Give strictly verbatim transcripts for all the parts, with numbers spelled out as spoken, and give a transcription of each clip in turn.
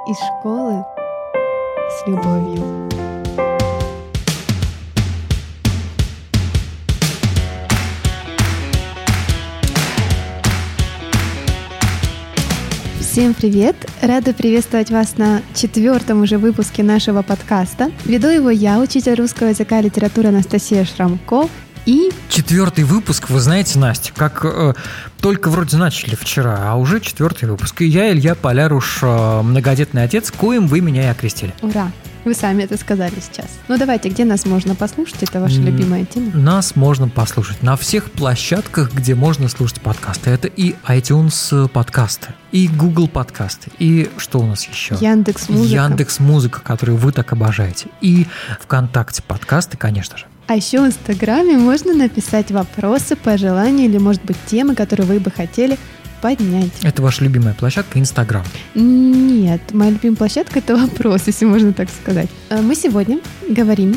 из школы с любовью. Всем привет! Рада приветствовать вас на четвертом уже выпуске нашего подкаста. Веду его я, учитель русского языка и литературы Анастасия Шрамко. И... Четвертый выпуск, вы знаете, Настя, как э, только вроде начали вчера, а уже четвертый выпуск. И я, Илья Поляруш, э, многодетный отец, коим вы меня и окрестили. Ура! Вы сами это сказали сейчас. Ну давайте, где нас можно послушать? Это ваша любимая тема. Нас можно послушать на всех площадках, где можно слушать подкасты. Это и iTunes подкасты, и Google подкасты, и что у нас еще? Яндекс.Музыка. Яндекс.Музыка, которую вы так обожаете. И ВКонтакте подкасты, конечно же. А еще в Инстаграме можно написать вопросы, пожелания или, может быть, темы, которые вы бы хотели поднять. Это ваша любимая площадка Инстаграм? Нет, моя любимая площадка – это вопрос, если можно так сказать. Мы сегодня говорим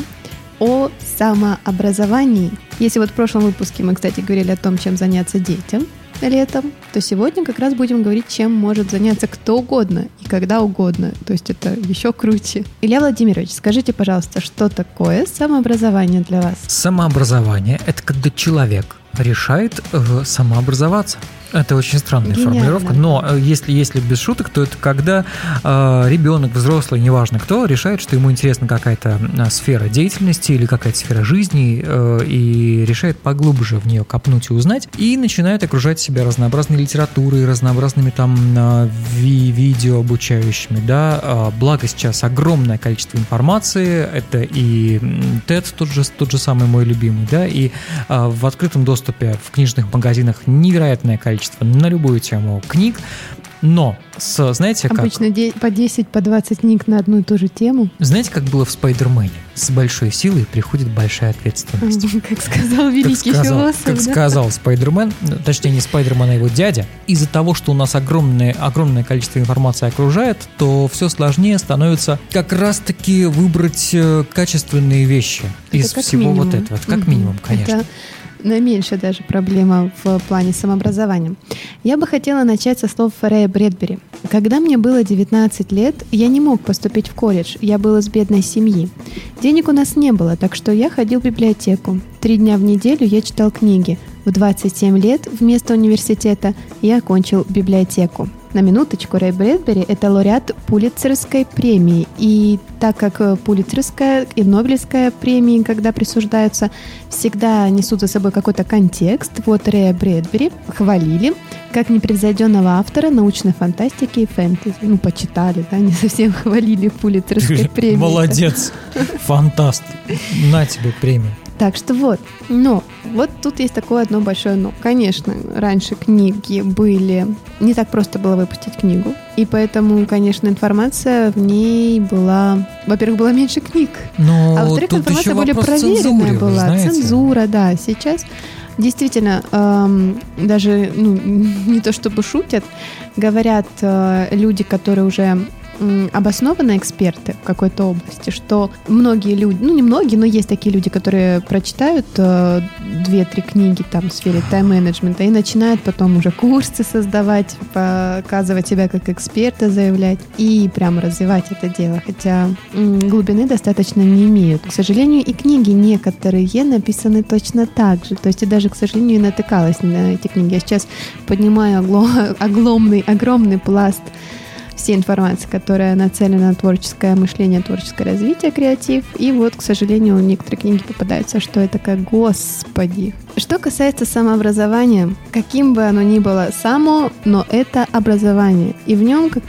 о самообразовании. Если вот в прошлом выпуске мы, кстати, говорили о том, чем заняться детям летом, то сегодня как раз будем говорить, чем может заняться кто угодно и когда угодно. То есть это еще круче. Илья Владимирович, скажите, пожалуйста, что такое самообразование для вас? Самообразование – это когда человек решает э, самообразоваться. Это очень странная Гениально. Формулировка, но если, если без шуток, то это когда э, ребенок, взрослый, неважно кто, решает, что ему интересна какая-то сфера деятельности или какая-то сфера жизни э, и решает поглубже в нее копнуть и узнать, и начинает окружать себя разнообразной литературой, разнообразными там э, ви- видео обучающими, да, э, благо сейчас огромное количество информации, это и TED, тот же, тот же самый мой любимый, да, и э, в открытом доступе в книжных магазинах невероятное количество на любую тему книг, но, с, знаете, как... Обычно по десять, по двадцать книг на одну и ту же тему. Знаете, как было в «Спайдермене»? С большой силой приходит большая ответственность. Как сказал великий как сказал, философ. Как да? сказал Спайдермен, точнее не Спайдермен, а его дядя, из-за того, что у нас огромное, огромное количество информации окружает, то все сложнее становится как раз-таки выбрать качественные вещи это из всего минимум. Вот этого. Это как угу. минимум, конечно. Это... наименьшая даже проблема в плане самообразования. Я бы хотела начать со слов Рэя Брэдбери. Когда мне было девятнадцать лет, я не мог поступить в колледж, я был из бедной семьи. Денег у нас не было, так что я ходил в библиотеку. Три дня в неделю я читал книги. В двадцать семь лет вместо университета я окончил библиотеку. На минуточку, Рэй Брэдбери – это лауреат Пулитцеровской премии. И так как Пулитцеровская и Нобелевская премии, когда присуждаются, всегда несут за собой какой-то контекст, вот Рэя Брэдбери хвалили как непревзойденного автора научной фантастики и фэнтези. Ну, почитали, да, не совсем хвалили Пулитцеровской премии. Молодец, фантаст, на тебе премию. Так что вот, но вот тут есть такое одно большое но. Конечно, раньше книги были, не так просто было выпустить книгу, и поэтому, конечно, информация в ней была, во-первых, было меньше книг, но а во-вторых, информация более проверенная цензуры, была, цензура, да, сейчас действительно эм, даже, ну, не то чтобы шутят, говорят э, люди, которые уже обоснованные эксперты в какой-то области, что многие люди, ну не многие, но есть такие люди, которые прочитают э, две-три книги там в сфере тайм-менеджмента и начинают потом уже курсы создавать, показывать себя как эксперта, заявлять и прямо развивать это дело, хотя м, глубины достаточно не имеют. К сожалению, и книги некоторые написаны точно так же, то есть я даже, к сожалению, и натыкалась на эти книги. Я сейчас поднимаю огло- огромный, огромный пласт всей информации, которая нацелена на творческое мышление, творческое развитие, креатив. И вот, к сожалению, некоторые книги попадаются, что это как господи. Что касается самообразования, каким бы оно ни было само, но это образование. И в нем, как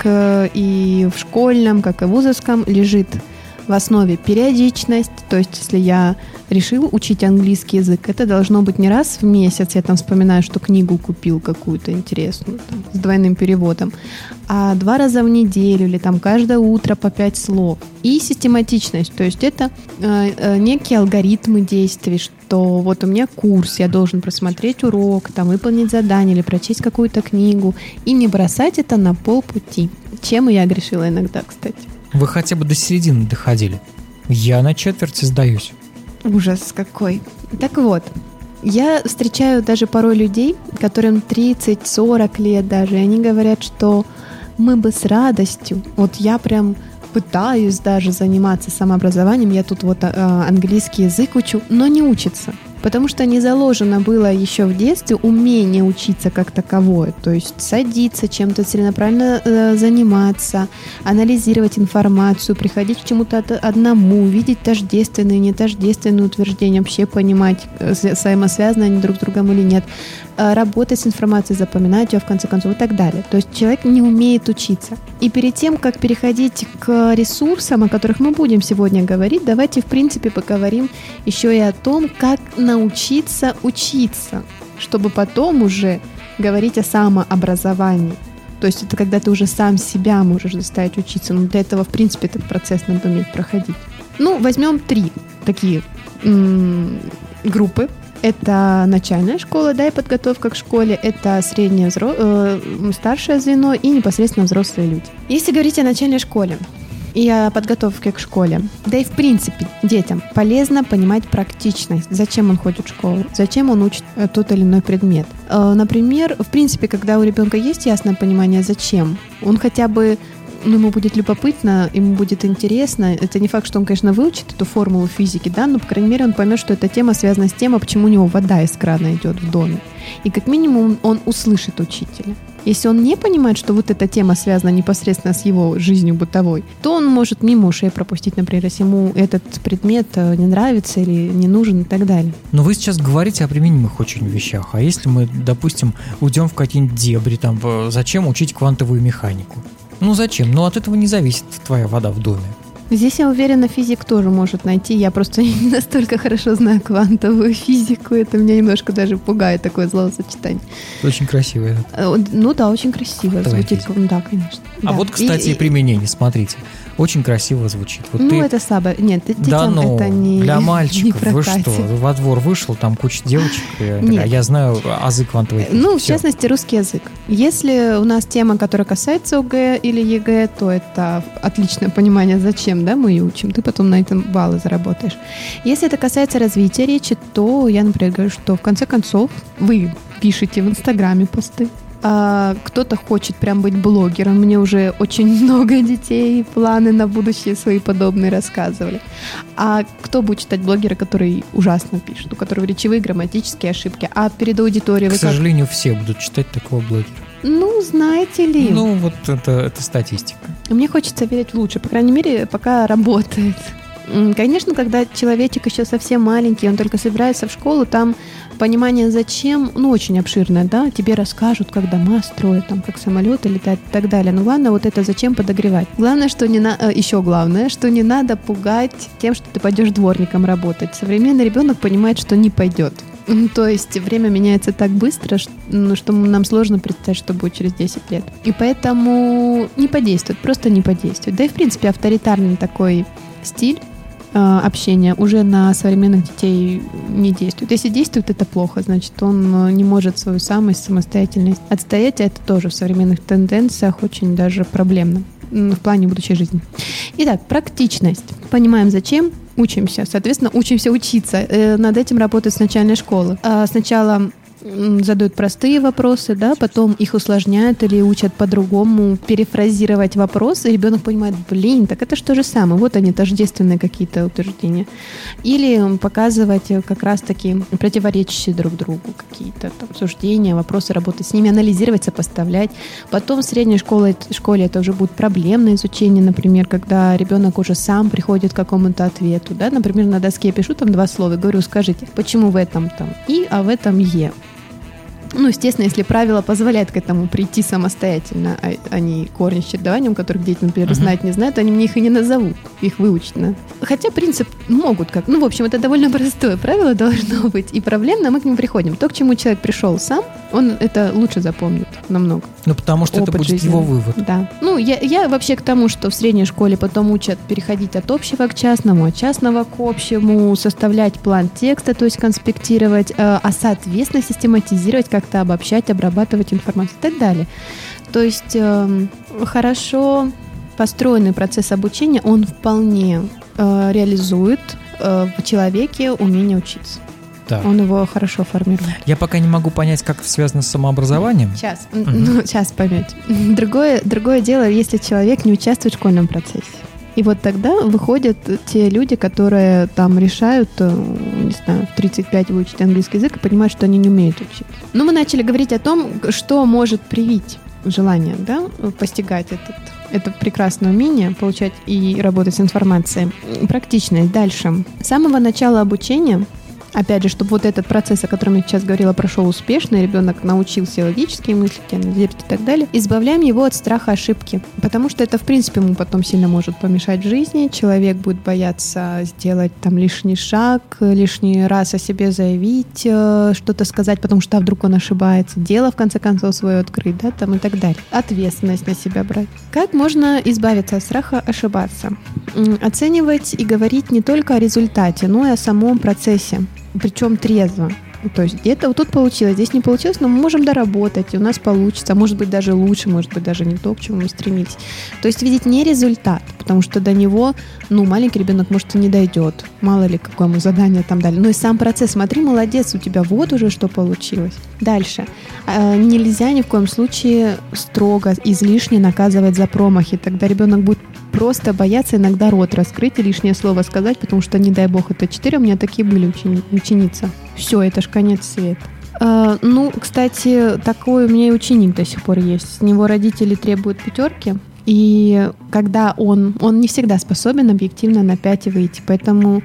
и в школьном, как и в вузовском, лежит в основе периодичность, то есть если я решил учить английский язык, это должно быть не раз в месяц, я там вспоминаю, что книгу купил какую-то интересную, там, с двойным переводом, а два раза в неделю или там каждое утро по пять слов. И систематичность, то есть это э, э, некие алгоритмы действий, что вот у меня курс, я должен просмотреть урок, там, выполнить задание или прочесть какую-то книгу, и не бросать это на полпути, чем и я грешила иногда, кстати. Вы хотя бы до середины доходили. Я на четверти сдаюсь. Ужас какой. Так вот, я встречаю даже порой людей, которым тридцать-сорок лет даже, и они говорят, что мы бы с радостью, вот я прям пытаюсь даже заниматься самообразованием, я тут вот английский язык учу, но не учится. Потому что не заложено было еще в детстве умение учиться как таковое, то есть садиться, чем-то целенаправленно э, заниматься, анализировать информацию, приходить к чему-то одному, видеть тождественные, нетождественные утверждения, вообще понимать, взаимосвязаны они друг с другом или нет, э, работать с информацией, запоминать ее в конце концов и так далее. То есть человек не умеет учиться. И перед тем, как переходить к ресурсам, о которых мы будем сегодня говорить, давайте в принципе поговорим еще и о том, как на научиться учиться, чтобы потом уже говорить о самообразовании. То есть это когда ты уже сам себя можешь заставить учиться. Но для этого, в принципе, этот процесс надо уметь проходить. Ну, возьмем три такие м- группы. Это начальная школа, да, и подготовка к школе, это среднее, взро... э, старшее звено и непосредственно взрослые люди. Если говорить о начальной школе и о подготовке к школе. Да и в принципе детям полезно понимать практичность. Зачем он ходит в школу? Зачем он учит тот или иной предмет? Например, в принципе, когда у ребенка есть ясное понимание, зачем, он хотя бы, ну, ему будет любопытно, ему будет интересно. Это не факт, что он, конечно, выучит эту формулу физики, да, но, по крайней мере, он поймет, что эта тема связана с тем, а почему у него вода из крана идет в доме. И как минимум он услышит учителя. Если он не понимает, что вот эта тема связана непосредственно с его жизнью бытовой, то он может мимо ушей пропустить, например, если ему этот предмет не нравится или не нужен и так далее. Но вы сейчас говорите о применимых очень вещах. А если мы, допустим, уйдем в какие-нибудь дебри, там, зачем учить квантовую механику? Ну зачем? Ну от этого не зависит твоя вода в доме. Здесь, я уверена, физик тоже может найти. Я просто не настолько хорошо знаю квантовую физику. Это меня немножко даже пугает, такое словосочетание. Очень красиво это. Ну да, очень красиво звучит. Да, конечно. А да. Вот, кстати, и, и применение, смотрите. Очень красиво звучит. Вот ну, ты... это слабо. Нет, детям да, ну, это не для мальчиков. Не вы что, во двор вышел, там куча девочек. Нет. Я знаю азы квантовой физики. Ну, в Все. частности, русский язык. Если у нас тема, которая касается ОГЭ или ЕГЭ, то это отличное понимание, зачем, да, мы ее учим. Ты потом на этом баллы заработаешь. Если это касается развития речи, то я, например, говорю, что в конце концов вы пишете в Инстаграме посты. А кто-то хочет прям быть блогером. Мне уже очень много детей планы на будущее свои подобные рассказывали. А кто будет читать блогера, который ужасно пишет, у которого речевые, грамматические ошибки, а перед аудиторией... К вы сожалению, как... все будут читать такого блогера. Ну, знаете ли... Ну, вот это, это статистика. Мне хочется верить лучше, по крайней мере, пока работает. Конечно, когда человечек еще совсем маленький, он только собирается в школу, там понимание зачем, ну, очень обширное, да, тебе расскажут, как дома строят, там, как самолеты летают и так далее. Но главное вот это зачем подогревать. Главное, что не на... еще главное, что не надо пугать тем, что ты пойдешь дворником работать. Современный ребенок понимает, что не пойдет. То есть время меняется так быстро, что нам сложно представить, что будет через десять лет. И поэтому не подействует, просто не подействует. Да и, в принципе, авторитарный такой стиль общения уже на современных детей не действует. Если действует, это плохо, значит, он не может свою самость, самостоятельность отстоять, а это тоже в современных тенденциях очень даже проблемно в плане будущей жизни. Итак, практичность. Понимаем, зачем, учимся. Соответственно, учимся учиться. Над этим работать с начальной школы. Сначала задают простые вопросы, да, потом их усложняют или учат по-другому перефразировать вопросы, и ребенок понимает, блин, так это же то же самое, вот они, тождественные какие-то утверждения. Или показывать как раз-таки противоречащие друг другу какие-то там суждения, вопросы, работать с ними, анализировать, сопоставлять. Потом в средней школе, школе это уже будет проблемное изучение, например, когда ребенок уже сам приходит к какому-то ответу, да, например, на доске я пишу там два слова и говорю, скажите, почему в этом там «и», а в этом «е». Ну, естественно, если правило позволяет к этому прийти самостоятельно, а, а не корни с чередованием, которых дети, например, uh-huh. знать не знают, они мне их и не назовут, их выучить надо. Хотя принцип могут как. Ну, в общем, это довольно простое правило должно быть, и проблемно мы к нему приходим. То, к чему человек пришел сам, он это лучше запомнит намного. Ну, потому что Опыт это будет жизни. Его вывод. Да. Ну, я, я вообще к тому, что в средней школе потом учат переходить от общего к частному, от частного к общему, составлять план текста, то есть конспектировать, э, а соответственно систематизировать, как-то обобщать, обрабатывать информацию и так далее. То есть э, хорошо построенный процесс обучения, он вполне э, реализует э, в человеке умение учиться. Так. Он его хорошо формирует. Я пока не могу понять, как это связано с самообразованием. Сейчас, угу. ну, сейчас поймете. Другое, другое дело, если человек не участвует в школьном процессе. И вот тогда выходят те люди, которые там решают, не знаю, в тридцать пять выучить английский язык и понимают, что они не умеют учить. Но мы начали говорить о том, что может привить желание, да, постигать этот, это прекрасное умение, получать и работать с информацией. Практичность. Дальше. С самого начала обучения, опять же, чтобы вот этот процесс, о котором я сейчас говорила, прошел успешно, ребенок научился логически мыслить, анализировать и так далее, избавляем его от страха ошибки, потому что это, в принципе, ему потом сильно может помешать в жизни. Человек будет бояться сделать там лишний шаг, лишний раз о себе заявить, что-то сказать, потому что а вдруг он ошибается, дело, в конце концов, свое открыть, да, там и так далее. Ответственность на себя брать. Как можно избавиться от страха ошибаться? Оценивать и говорить не только о результате, но и о самом процессе. Причем трезво. То есть где-то вот тут получилось, здесь не получилось, но мы можем доработать, и у нас получится, а может быть даже лучше, может быть даже не то, к чему мы стремились. То есть видеть не результат, потому что до него, ну, маленький ребенок, может, и не дойдет. Мало ли, какое ему задание там дали. Но и сам процесс, смотри, молодец, у тебя вот уже что получилось. Дальше. Нельзя ни в коем случае строго, излишне наказывать за промахи. Тогда ребенок будет просто бояться иногда рот раскрыть и лишнее слово сказать, потому что, не дай бог, это четыре, у меня такие были учени- ученицы. Все, это ж конец света. А, ну, кстати, такой у меня и ученик до сих пор есть. С него родители требуют пятерки, и когда он, он не всегда способен объективно на пять выйти, поэтому,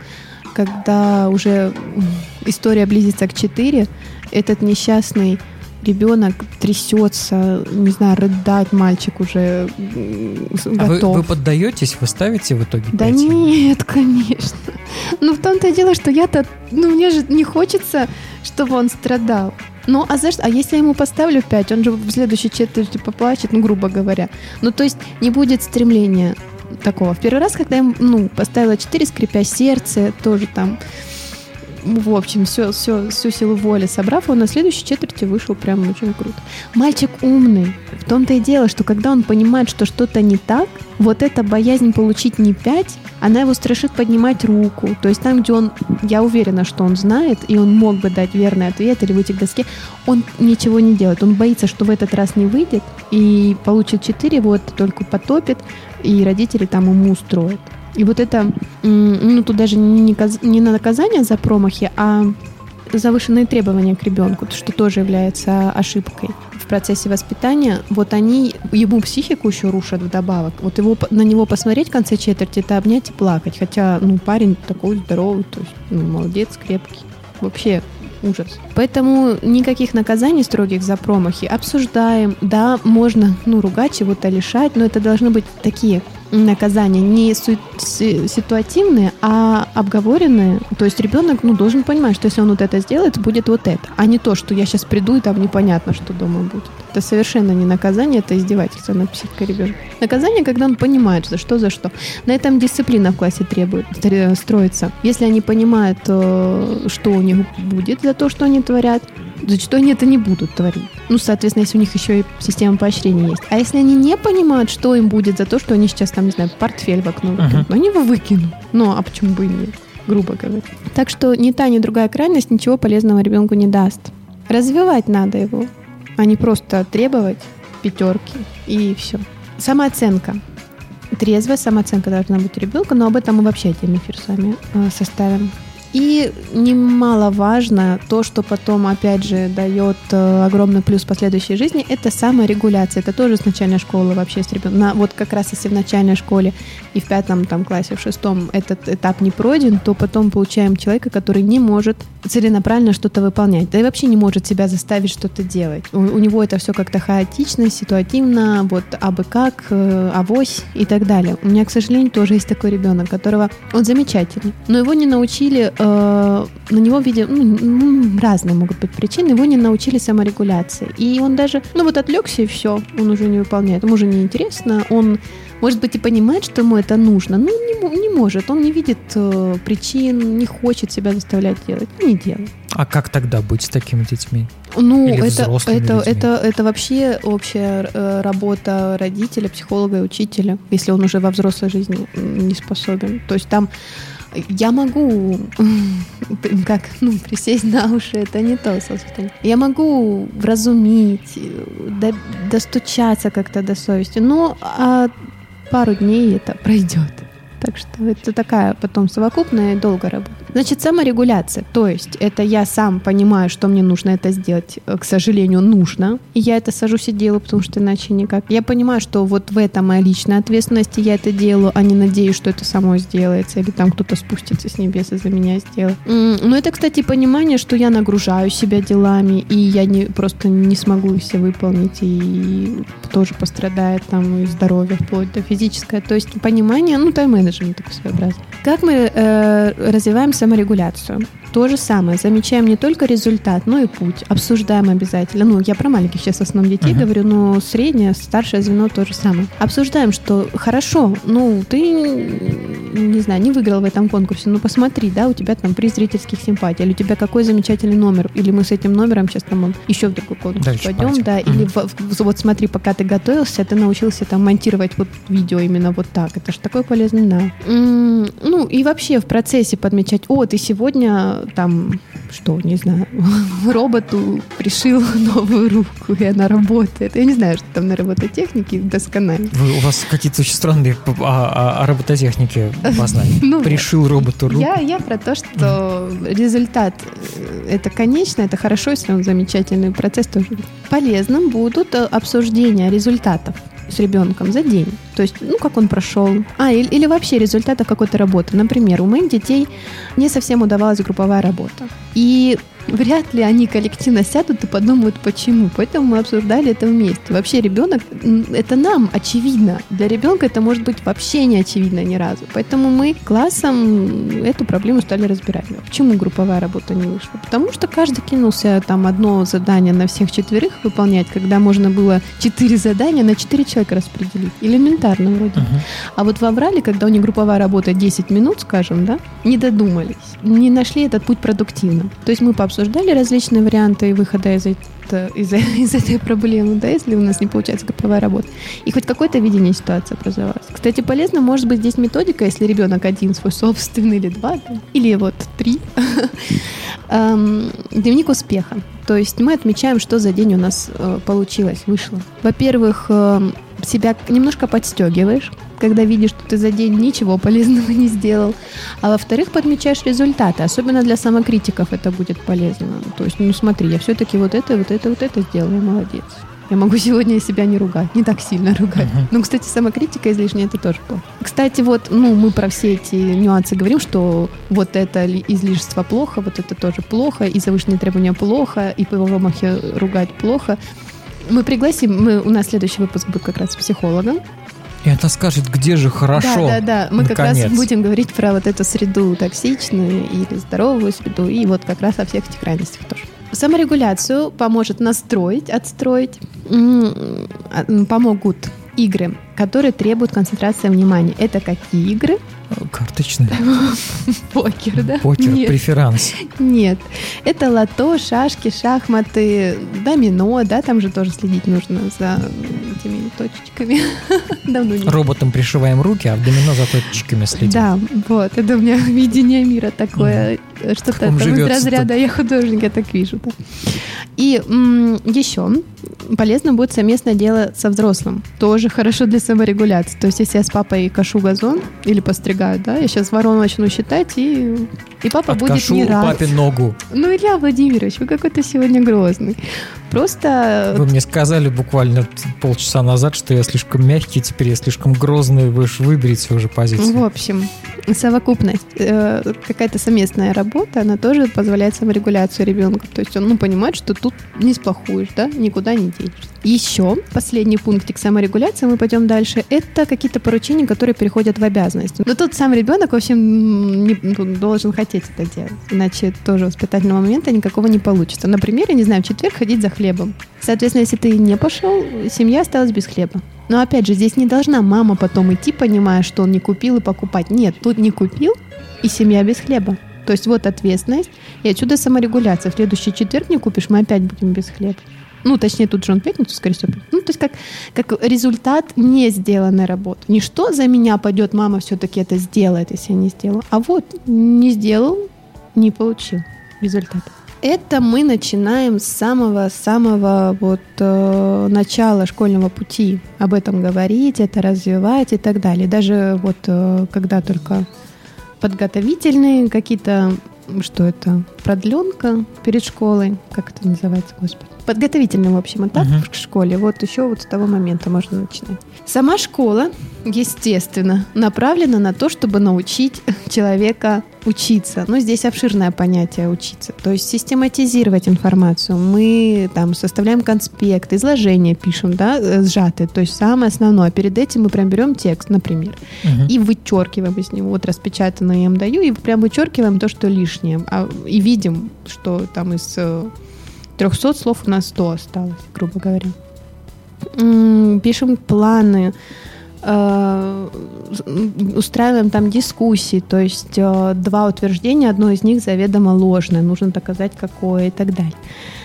когда уже история близится к четыре, этот несчастный ребенок трясется, не знаю, рыдать мальчик уже готов. А вы, вы поддаетесь, вы ставите в итоге? Да нет, конечно. Ну, в том-то и дело, что я-то, ну, мне же не хочется, чтобы он страдал. Ну, а за что? А если я ему поставлю пять, он же в следующей четверти поплачет, ну, грубо говоря. Ну, то есть не будет стремления такого. В первый раз, когда я, ну, поставила четыре, скрипя сердце, тоже там, в общем, все, все, всю силу воли собрав, он на следующей четверти вышел прям очень круто. Мальчик умный. В том-то и дело, что когда он понимает, что что-то не так, вот эта боязнь получить не пять, она его страшит поднимать руку. То есть там, где он, я уверена, что он знает, и он мог бы дать верный ответ или выйти к доске, он ничего не делает. Он боится, что в этот раз не выйдет, и получит четыре, его это только потопит, и родители там ему устроят. И вот это, ну, тут даже не, не наказание за промахи, а завышенные требования к ребенку, что тоже является ошибкой в процессе воспитания. Вот они ему психику еще рушат вдобавок. Вот его, на него посмотреть в конце четверти, это обнять и плакать. Хотя, ну, парень такой здоровый, то есть, ну, молодец, крепкий. Вообще ужас. Поэтому никаких наказаний строгих за промахи. Обсуждаем. Да, можно, ну, ругать, чего-то лишать, но это должны быть такие наказания не су- ситуативные, а обговоренные. То есть ребенок, ну, должен понимать, что если он вот это сделает, будет вот это. А не то, что я сейчас приду, и там непонятно, что дома будет. Это совершенно не наказание, это издевательство над психикой ребенка. Наказание, когда он понимает, за что, за что. На этом дисциплина в классе требует, строится. Если они понимают, что у них будет за то, что они творят, зачастую они это не будут творить. Ну, соответственно, если у них еще и система поощрения есть. А если они не понимают, что им будет за то, что они сейчас, там, не знаю, портфель в окно выкинут, uh-huh. они его выкинут. Ну, а почему бы и нет, грубо говоря. Так что ни та, ни другая крайность ничего полезного ребенку не даст. Развивать надо его, а не просто требовать пятерки и все. Самооценка. Трезвая самооценка должна быть у ребенка, но об этом мы вообще отдельный эфир с вами э, составим. И немаловажно то, что потом, опять же, дает э, огромный плюс в последующей жизни, это саморегуляция. Это тоже с начальной школы вообще с ребенком. На, вот как раз если в начальной школе и в пятом там, классе, в шестом этот этап не пройден, то потом получаем человека, который не может целенаправленно что-то выполнять. Да и вообще не может себя заставить что-то делать. У, у него это все как-то хаотично, ситуативно, вот абы как, э, авось и так далее. У меня, к сожалению, тоже есть такой ребенок, которого он замечательный, но его не научили на него, видимо, ну, разные могут быть причины, его не научили саморегуляции. И он даже, ну вот отвлекся и все, он уже не выполняет, ему уже неинтересно, он, может быть, и понимает, что ему это нужно, но не, не может, он не видит э, причин, не хочет себя заставлять делать, не делает. А как тогда быть с такими детьми? Ну, Или это, это, это, это вообще общая э, работа родителя, психолога и учителя, если он уже во взрослой жизни не способен. То есть там Я могу, как, ну, присесть на уши, это не то состояние. Я могу вразумить, до, достучаться как-то до совести, но а пару дней это пройдет. Так что это такая потом совокупная и долгая работа. Значит, саморегуляция. То есть это я сам понимаю, что мне нужно это сделать. К сожалению, нужно. И я это сажусь и делаю, потому что иначе никак. Я понимаю, что вот в этом моя личная ответственность, и я это делаю, а не надеюсь, что это само сделается, или там кто-то спустится с небес и за меня сделает. Но это, кстати, понимание, что я нагружаю себя делами, и я не, просто не смогу их все выполнить, и тоже пострадает там и здоровье, вплоть до физическое. То есть понимание, ну, тайм-менеджмент такой своеобразный. Как мы э, развиваем саморегуляцию? То же самое. Замечаем не только результат, но и путь. Обсуждаем обязательно. Ну, я про маленьких сейчас в основном детей uh-huh. говорю, но среднее, старшее звено то же самое. Обсуждаем, что хорошо, ну, ты, не знаю, не выиграл в этом конкурсе, ну, посмотри, да, у тебя там приз зрительских симпатий, или у тебя какой замечательный номер, или мы с этим номером сейчас там еще в другой конкурс дальше пойдем, пойдем. Да, uh-huh. или в, в, вот смотри, пока ты готовился, ты научился там монтировать вот видео именно вот так. Это же такой полезный навык. Mm, ну, и вообще в процессе подмечать, о, ты сегодня там, что, не знаю, роботу пришил новую руку, и она работает. Я не знаю, что там на робототехнике досконально. Вы, у вас какие-то очень странные о, о, о робототехнике познания. Ну, пришил роботу руку. Я, я про то, что mm. результат это конечно, это хорошо, если он замечательный, процесс тоже. Полезным будут обсуждения результатов с ребенком за день. То есть, ну, как он прошел. А, или, или вообще результата какой-то работы. Например, у моих детей не совсем удавалась групповая работа. И вряд ли они коллективно сядут и подумают, почему. Поэтому мы обсуждали это вместе. Вообще ребенок, это нам очевидно. Для ребенка это может быть вообще не очевидно ни разу. Поэтому мы классом эту проблему стали разбирать. Почему групповая работа не вышла? Потому что каждый кинулся там одно задание на всех четверых выполнять, когда можно было четыре задания на четыре человека распределить. Элементарно вроде. Uh-huh. А вот в Аврале, когда у них групповая работа десять минут, скажем, да, не додумались, не нашли этот путь продуктивно. То есть мы пообсуждали различные варианты выхода из, это, из, из этой проблемы, да, если у нас не получается групповая работа. И хоть какое-то видение ситуации образовалось. Кстати, полезно может быть здесь методика, если ребенок один свой собственный или два, или вот три. Дневник успеха. То есть мы отмечаем, что за день у нас получилось, вышло. Во-первых, себя немножко подстегиваешь, когда видишь, что ты за день ничего полезного не сделал. А во-вторых, подмечаешь результаты. Особенно для самокритиков это будет полезно. То есть, ну смотри, я все-таки вот это, вот это, вот это сделала, я молодец. Я могу сегодня себя не ругать, не так сильно ругать. Uh-huh. Ну, кстати, самокритика излишняя, это тоже плохо. Кстати, вот, ну, мы про все эти нюансы говорим, что вот это излишество плохо, вот это тоже плохо, и завышенные требования плохо, и по вымахе ругать плохо. Мы пригласим, мы, у нас следующий выпуск будет как раз с психологом. И она скажет, где же хорошо. Да, да, да. Мы наконец. Как раз будем говорить про вот эту среду токсичную или здоровую среду, и вот как раз о всех этих крайностях тоже. Саморегуляцию поможет настроить, отстроить, помогут игры, которые требуют концентрации внимания. Это какие игры? Карточные. Покер, да? Покер, Нет. Преферанс. Нет. Это лото, шашки, шахматы, домино, да, там же тоже следить нужно за этими точечками. Давно не. Роботам пришиваем руки, а в домино за точечками следим. Да, вот, это у меня видение мира такое, mm. что-то там из разряда «я художник», я так вижу. Да. И м- еще полезно будет совместное дело со взрослым. Тоже хорошо для саморегуляции. То есть, если я с папой кашу газон или постригаю, да, я сейчас ворону начну считать, и, и папа Откашу будет не рад. папе ногу. Ну, Илья Владимирович, вы какой-то сегодня грозный. Просто... Вы мне сказали буквально полчаса назад, что я слишком мягкий, теперь я слишком грозный, вы же выберите уже позицию. В общем, совокупность, э, какая-то совместная работа, она тоже позволяет саморегуляцию ребенка. То есть он, ну, понимает, что тут не сплохуешь, да, никуда не денешься. Еще последний пунктик саморегуляции, мы пойдем дальше, это какие-то поручения, которые переходят в обязанности. Но тут сам ребенок, в общем, не, должен хотеть это делать, иначе тоже воспитательного момента никакого не получится. Например, я не знаю, в четверг ходить за хлебом. Соответственно, если ты не пошел, семья осталась без хлеба. Но опять же, здесь не должна мама потом идти, понимая, что он не купил, и покупать. Нет, тут не купил, и семья без хлеба. То есть вот ответственность, и отсюда саморегуляция. В следующий четверг не купишь, мы опять будем без хлеба. Ну, точнее, тут же он пятницу, скорее всего. Ну, то есть как, как результат не сделанной работы. Не что за меня пойдет, мама все-таки это сделает, если я не сделаю. А вот не сделал, не получил результата. Это мы начинаем с самого-самого вот э, начала школьного пути. Об этом говорить, это развивать и так далее. Даже вот э, когда только подготовительные какие-то, что это, продленка перед школой, как это называется, господи. Подготовительный, в общем, этап uh-huh. в школе. Вот еще вот с того момента можно начинать. Сама школа, естественно, направлена на то, чтобы научить человека учиться. Ну, здесь обширное понятие учиться. То есть систематизировать информацию. Мы там составляем конспект, изложение пишем, да, сжатые. То есть самое основное. Перед этим мы прям берем текст, например, uh-huh. и вычеркиваем из него. Вот распечатанное я им даю, и прям вычеркиваем то, что лишнее. А, и видим, что там из трехсот слов у нас сто осталось, грубо говоря. Пишем планы, устраиваем там дискуссии, то есть два утверждения, одно из них заведомо ложное, нужно доказать какое и так далее.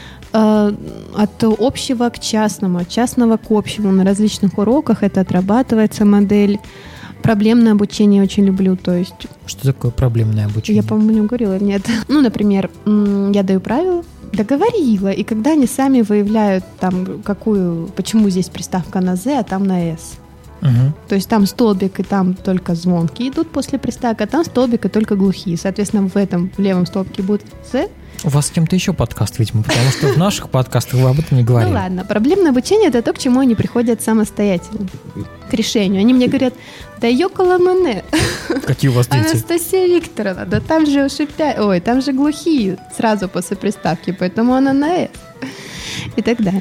От общего к частному, от частного к общему на различных уроках это отрабатывается модель. Проблемное обучение очень люблю, то есть... Что такое проблемное обучение? Я, по-моему, не говорила, нет. Ну, например, я даю правила, договорила, и когда они сами выявляют там, какую, почему здесь приставка на «з», а там на «с». Угу. То есть там столбик, и там только звонкие идут после приставки, а там столбик, и только глухие. Соответственно, в этом в левом столбике будет «з». У вас с кем-то еще подкаст, видимо, потому что в наших подкастах вы об этом не говорили. Ну ладно, проблемное обучение – это то, к чему они приходят самостоятельно, к решению. Они мне говорят, да ёкала мене. Какие у вас дети? Анастасия Викторовна, да там же шипя... Ой, там же глухие сразу после приставки, поэтому она на «э». И так далее.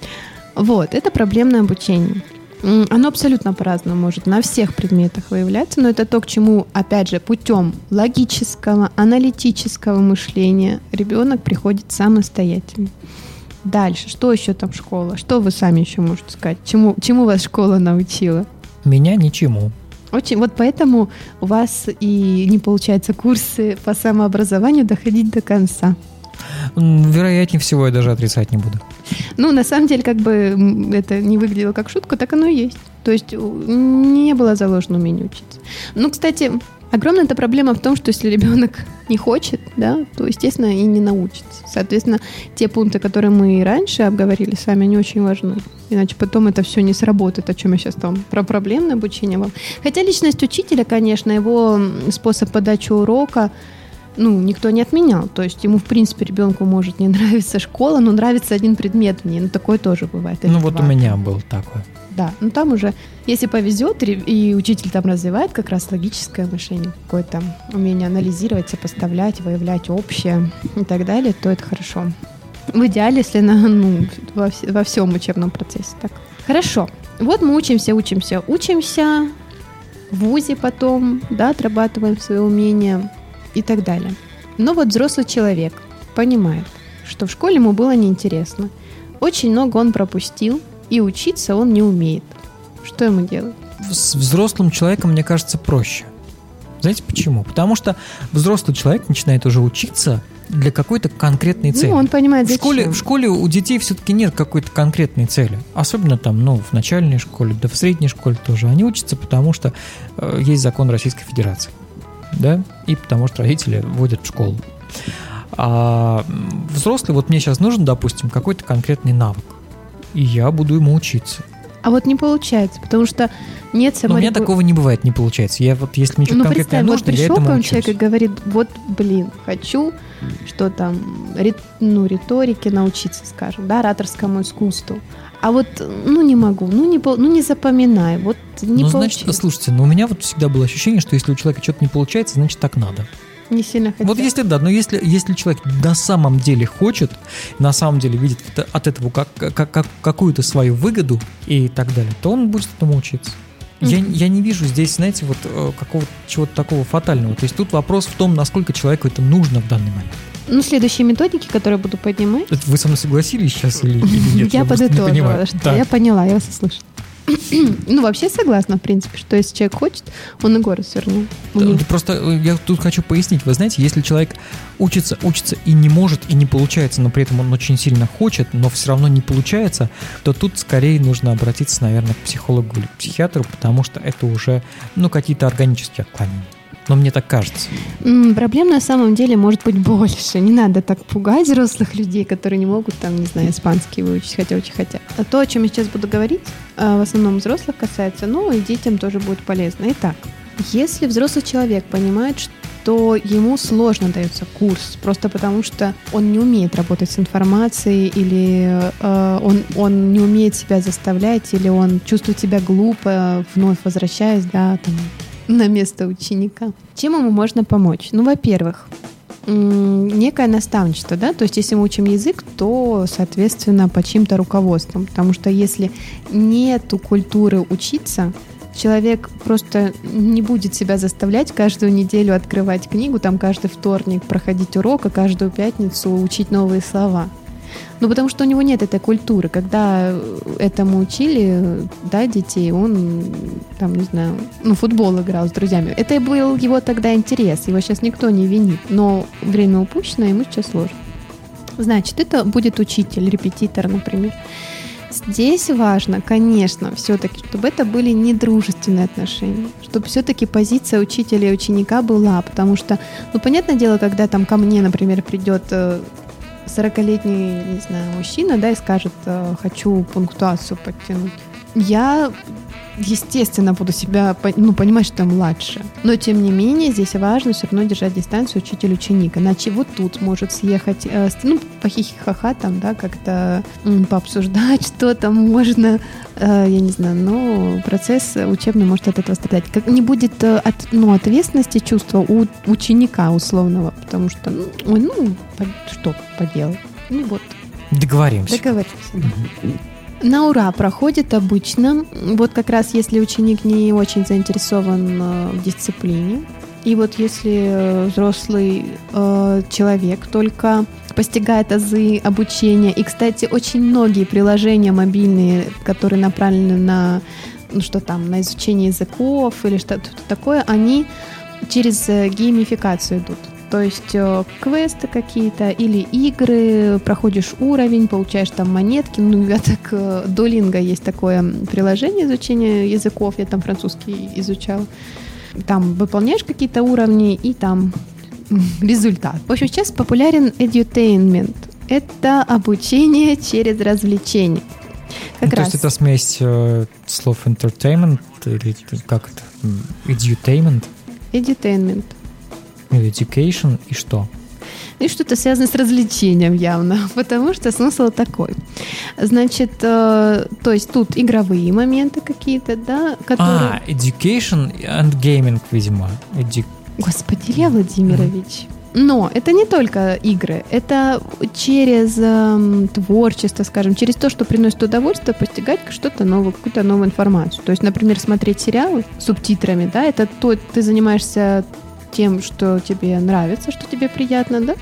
Вот, это проблемное обучение. Оно абсолютно по-разному может на всех предметах выявляться, но это то, к чему, опять же, путем логического, аналитического мышления ребенок приходит самостоятельно. Дальше, что еще там школа? Что вы сами еще можете сказать? Чему, чему вас школа научила? Меня ничему. Очень, вот поэтому у вас и не получается курсы по самообразованию доходить до конца. Вероятнее всего, я даже отрицать не буду. Ну, на самом деле, как бы это не выглядело как шутка, так оно и есть. То есть не было заложено умение учиться. Ну, кстати, огромная эта проблема в том, что если ребенок не хочет, да, то, естественно, и не научится. Соответственно, те пункты, которые мы раньше обговорили с вами, они очень важны. Иначе потом это все не сработает, о чем я сейчас там про проблемное обучение вам. Хотя личность учителя, конечно, его способ подачи урока, ну, никто не отменял. То есть ему, в принципе, ребенку может не нравиться школа, но нравится один предмет мне. Ну, такое тоже бывает. Ну, вот два. У меня был такой. Да, ну там уже, если повезет, и учитель там развивает как раз логическое мышление, какое-то умение анализировать, сопоставлять, выявлять общее и так далее, то это хорошо. В идеале, если на, ну, во, во всем учебном процессе. Так. Хорошо. Вот мы учимся, учимся, учимся, в вузе потом, да, отрабатываем свои умения и так далее. Но вот взрослый человек понимает, что в школе ему было неинтересно. Очень много он пропустил, и учиться он не умеет. Что ему делать? С взрослым человеком, мне кажется, проще. Знаете почему? Потому что взрослый человек начинает уже учиться для какой-то конкретной цели. Ну, он понимает, зачем. В школе, в школе у детей все-таки нет какой-то конкретной цели. Особенно там, ну, в начальной школе, да в средней школе тоже. Они учатся, потому что э, есть закон Российской Федерации. Да? И потому что родители водят в школу. А взрослый, вот мне сейчас нужен, допустим, какой-то конкретный навык. И я буду ему учиться. А вот не получается, потому что нет саморегуляции. Но у меня такого не бывает, не получается. Я вот, если мне что-то ну, конкретное нужно, вот я этому учусь. пришел к вам человек и говорит, вот, блин, хочу, что там, рит, ну, риторике научиться, скажем, да, ораторскому искусству. А вот, ну, не могу, ну, не, ну, не запоминай, вот не ну, получится. Значит, слушайте, ну, у меня вот всегда было ощущение, что если у человека что-то не получается, значит, так надо. Не сильно хотят. Вот если да, но если, если человек на самом деле хочет, на самом деле видит от этого как, как, как, какую-то свою выгоду и так далее, то он будет этому учиться. Mm-hmm. Я, я не вижу здесь, знаете, вот какого-то чего-то такого фатального. То есть тут вопрос в том, насколько человеку это нужно в данный момент. Ну, следующие методики, которые я буду поднимать. Это вы со мной согласились сейчас или, или нет? Я, я подытожила, что так. Я поняла, я вас услышала. Ну, вообще согласна, в принципе, что если человек хочет, он и горы свернул. Да, просто я тут хочу пояснить. Вы знаете, если человек учится, учится и не может, и не получается, но при этом он очень сильно хочет, но все равно не получается, то тут скорее нужно обратиться, наверное, к психологу или к психиатру, потому что это уже, ну, какие-то органические отклонения. Но мне так кажется. Проблем на самом деле может быть больше. Не надо так пугать взрослых людей, которые не могут, там, не знаю, испанский выучить, хотя очень хотят. А то, о чем я сейчас буду говорить, в основном взрослых касается, но и детям тоже будет полезно. Итак, если взрослый человек понимает, что ему сложно дается курс, просто потому что он не умеет работать с информацией, или э, он, он не умеет себя заставлять, или он чувствует себя глупо, вновь возвращаясь, да, там, на место ученика. Чем ему можно помочь? Ну, во-первых, некое наставничество, да, то есть если мы учим язык, то, соответственно, по чьим-то руководством, потому что если нету культуры учиться, человек просто не будет себя заставлять каждую неделю открывать книгу, там каждый вторник проходить урок, а каждую пятницу учить новые слова. Ну, потому что у него нет этой культуры. Когда этому учили, да, детей, он, там, не знаю, ну, футбол играл с друзьями. Это был его тогда интерес, его сейчас никто не винит. Но время упущено, ему сейчас сложно. Значит, это будет учитель, репетитор, например. Здесь важно, конечно, все-таки, чтобы это были недружественные отношения, чтобы все-таки позиция учителя и ученика была, потому что, ну, понятное дело, когда там ко мне, например, придет сорокалетний, не знаю, мужчина, да, и скажет, хочу пунктуацию подтянуть. Я, естественно, буду себя, ну, понимать, что я младше. Но, тем не менее, здесь важно все равно держать дистанцию учитель-ученик. Иначе вот тут может съехать, ну, похихихаха там, да, как-то пообсуждать что-то можно, я не знаю, но процесс учебный может от этого страдать. Как не будет от, ну, ответственности чувства у ученика условного, потому что, ну, ой, ну, что поделать? Ну, вот. Договоримся. Договоримся. Mm-hmm. На ура проходит обычно, вот как раз если ученик не очень заинтересован в дисциплине, и вот если взрослый э, человек только постигает азы обучения, и, кстати, очень многие приложения мобильные, которые направлены на, ну что там, на изучение языков или что-то такое, они через геймификацию идут. То есть квесты какие-то или игры, проходишь уровень, получаешь там монетки. Ну, я так, Duolingo есть такое приложение изучения языков, я там французский изучала. Там выполняешь какие-то уровни и там результат. В общем, сейчас популярен edutainment. Это обучение через развлечение. Как ну, раз. То есть это смесь э, слов entertainment или как это? Edutainment? Edutainment. Education и что? И что-то связано с развлечением явно, потому что смысл такой. Значит, э, то есть тут игровые моменты какие-то, да, которые... А, education and gaming, видимо. Edu... Господи, Илья Владимирович. Но это не только игры, это через э, творчество, скажем, через то, что приносит удовольствие, постигать что-то новое, какую-то новую информацию. То есть, например, смотреть сериалы с субтитрами, да, это то, ты занимаешься тем, что тебе нравится, что тебе приятно, да,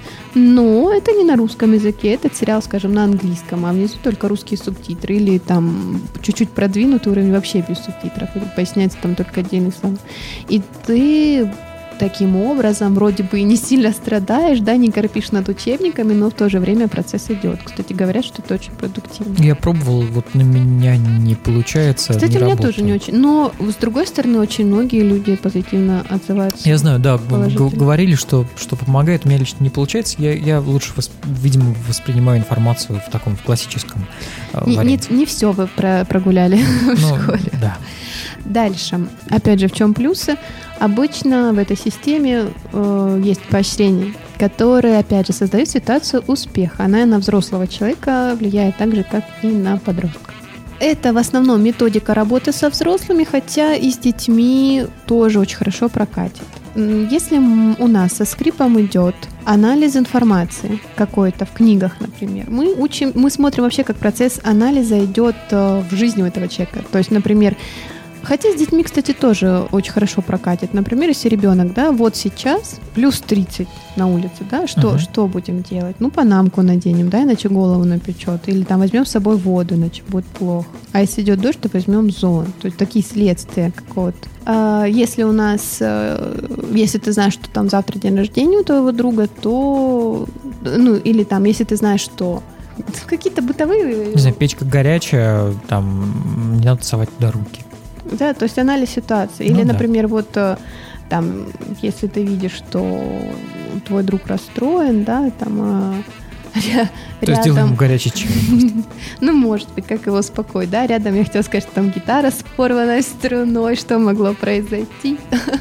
но это не на русском языке, этот сериал, скажем, на английском, а внизу только русские субтитры, или там чуть-чуть продвинутый уровень вообще без субтитров, или поясняется там только отдельный слова. И ты таким образом вроде бы и не сильно страдаешь, да, не корпишь над учебниками, но в то же время процесс идет. Кстати, говорят, что это очень продуктивно. Я пробовал, вот на меня не получается. Кстати, не у меня работает. тоже не очень. Но, с другой стороны, очень многие люди позитивно отзываются. Я знаю, да, г- говорили, что, что помогает. У меня лично не получается. Я, я лучше, восп... видимо, воспринимаю информацию в таком в классическом э, не, варианте. Не, не все вы про- прогуляли в ну, школе. Да. Дальше. Опять же, в чем плюсы? Обычно в этой системе э, есть поощрение, которое, опять же, создает ситуацию успеха. Она на взрослого человека влияет так же, как и на подростка. Это в основном методика работы со взрослыми, хотя и с детьми тоже очень хорошо прокатит. Если у нас со скрипом идет анализ информации какой-то в книгах, например, мы учим, мы смотрим вообще, как процесс анализа идет в жизни у этого человека. То есть, например, Хотя с детьми, кстати, тоже очень хорошо прокатит. Например, если ребенок, да, вот сейчас плюс тридцать на улице, да, что, uh-huh. что будем делать? Ну, панамку наденем, да, иначе голову напечет. Или там возьмем с собой воду, иначе будет плохо. А если идет дождь, то возьмем зонт. То есть такие следствия какого-то. А если у нас, если ты знаешь, что там завтра день рождения у твоего друга, то, ну, или там, если ты знаешь, что какие-то бытовые... Не знаю, печка горячая, там не надо совать туда руки. Да, то есть анализ ситуации. Или, ну, например, да. вот там, если ты видишь, что твой друг расстроен, да, там ря- то рядом... есть делаем ему горячий чай. Ну, может быть, как его успокоить, да, рядом я хотела сказать, что там гитара с порванной струной, что могло произойти.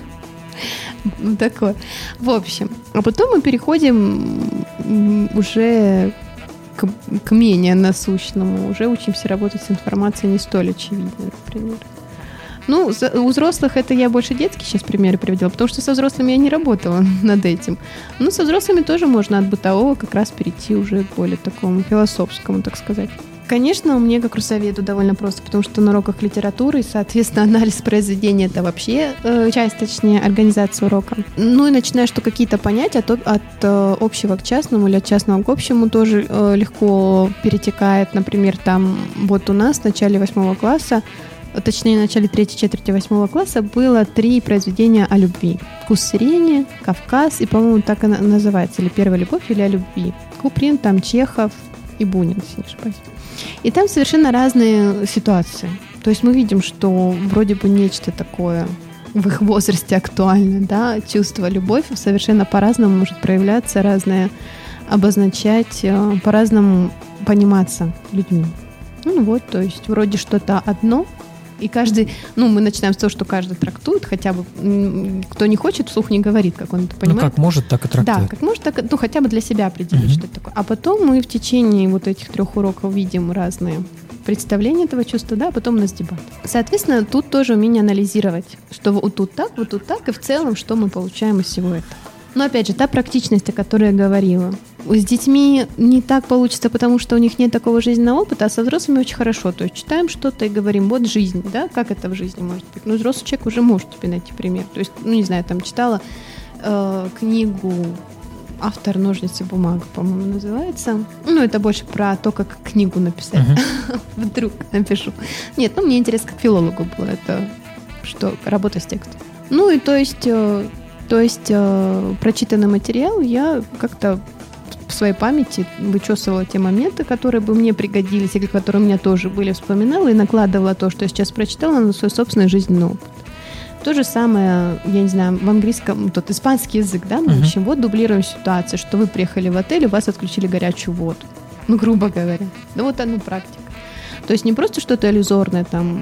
Ну, такое. В общем, а потом мы переходим уже к, к менее насущному, уже учимся работать с информацией не столь очевидной, например. Ну, у взрослых это я больше детские сейчас примеры приводила, потому что со взрослыми я не работала над этим. Но со взрослыми тоже можно от бытового как раз перейти уже к более такому философскому, так сказать. Конечно, мне как русоведу довольно просто, потому что на уроках литературы, соответственно, анализ произведения — это вообще э, часть, точнее, организации урока. Ну и начинаешь, что какие-то понятия от, от э, общего к частному или от частного к общему тоже э, легко перетекает. Например, там вот у нас в начале восьмого класса, точнее, в начале третьей четверти восьмого класса было три произведения о любви. «Вкус сирени», «Кавказ» и, по-моему, так и называется, или «Первая любовь», или «О любви». Куприн, там Чехов и Бунин, если не ошибаюсь. И там совершенно разные ситуации. То есть мы видим, что вроде бы нечто такое в их возрасте актуально, да, чувство, любовь совершенно по-разному может проявляться, разное обозначать, по-разному пониматься людьми. Ну вот, то есть вроде что-то одно, и каждый, ну, мы начинаем с того, что каждый трактует, хотя бы, кто не хочет, вслух не говорит, как он это понимает. Ну, как может, так и трактует. Да, как может, так, ну, хотя бы для себя определить, mm-hmm. что это такое. А потом мы в течение вот этих трех уроков видим разные представления этого чувства, да, а потом у нас дебат. Соответственно, тут тоже умение анализировать, что вот тут так, вот тут так, и в целом, что мы получаем из всего этого. Но, опять же, та практичность, о которой я говорила. С детьми не так получится, потому что у них нет такого жизненного опыта, а со взрослыми очень хорошо. То есть читаем что-то и говорим, вот жизнь, да, как это в жизни может быть. Ну, взрослый человек уже может тебе найти пример. То есть, ну, не знаю, там читала э, книгу «Автор, ножницы, бумага», по-моему, называется. Ну, это больше про то, как книгу написать. Uh-huh. Вдруг напишу. Нет, ну, мне интересно, как филологу было. Это что, работа с текстом. Ну, и то есть... Э, То есть э, прочитанный материал я как-то в своей памяти вычесывала те моменты, которые бы мне пригодились, или которые у меня тоже были, вспоминала и накладывала то, что я сейчас прочитала, на свой собственный жизненный опыт. То же самое, я не знаю, в английском, тот испанский язык, да, мы учим. Uh-huh. Вот дублируем ситуацию, что вы приехали в отель, у вас отключили горячую воду. Ну, грубо говоря. Да вот она практика. То есть не просто что-то иллюзорное там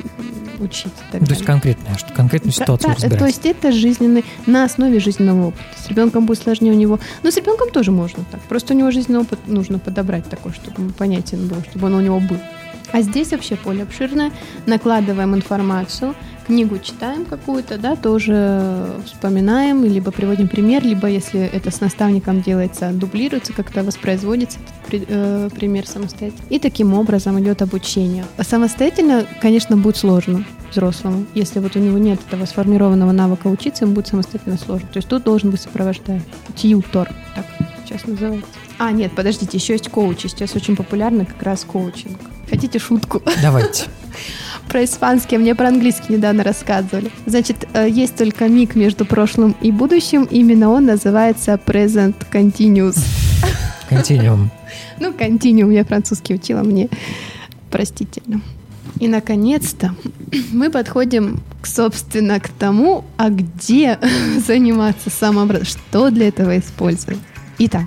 учить. То есть конкретное, что конкретную ситуацию да, разбирать. То есть это жизненный, на основе жизненного опыта. С ребенком будет сложнее у него. Но с ребенком тоже можно так. Просто у него жизненный опыт нужно подобрать такой, чтобы понятен был, чтобы он у него был. А здесь вообще поле обширное. Накладываем информацию, книгу читаем какую-то, да, тоже вспоминаем, либо приводим пример, либо, если это с наставником делается, дублируется, как-то воспроизводится этот э, пример самостоятельно. И таким образом идет обучение. Самостоятельно, конечно, будет сложно взрослому. Если вот у него нет этого сформированного навыка учиться, ему будет самостоятельно сложно. То есть тут должен быть сопровождающий. Тьютор, так сейчас называется. А, нет, подождите, еще есть коучи. Сейчас очень популярный как раз коучинг. Хотите шутку? Давайте. Про испанский, а мне про английский недавно рассказывали. Значит, есть только миг между прошлым и будущим. Именно он называется present continuous. Continuum. Ну, continuum, я французский учила, мне простительно. И, наконец-то, мы подходим, собственно, к тому, а где заниматься самообразованием, что для этого использовать. Итак,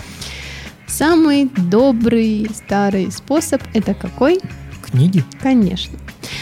самый добрый старый способ – это какой? Книги? Конечно.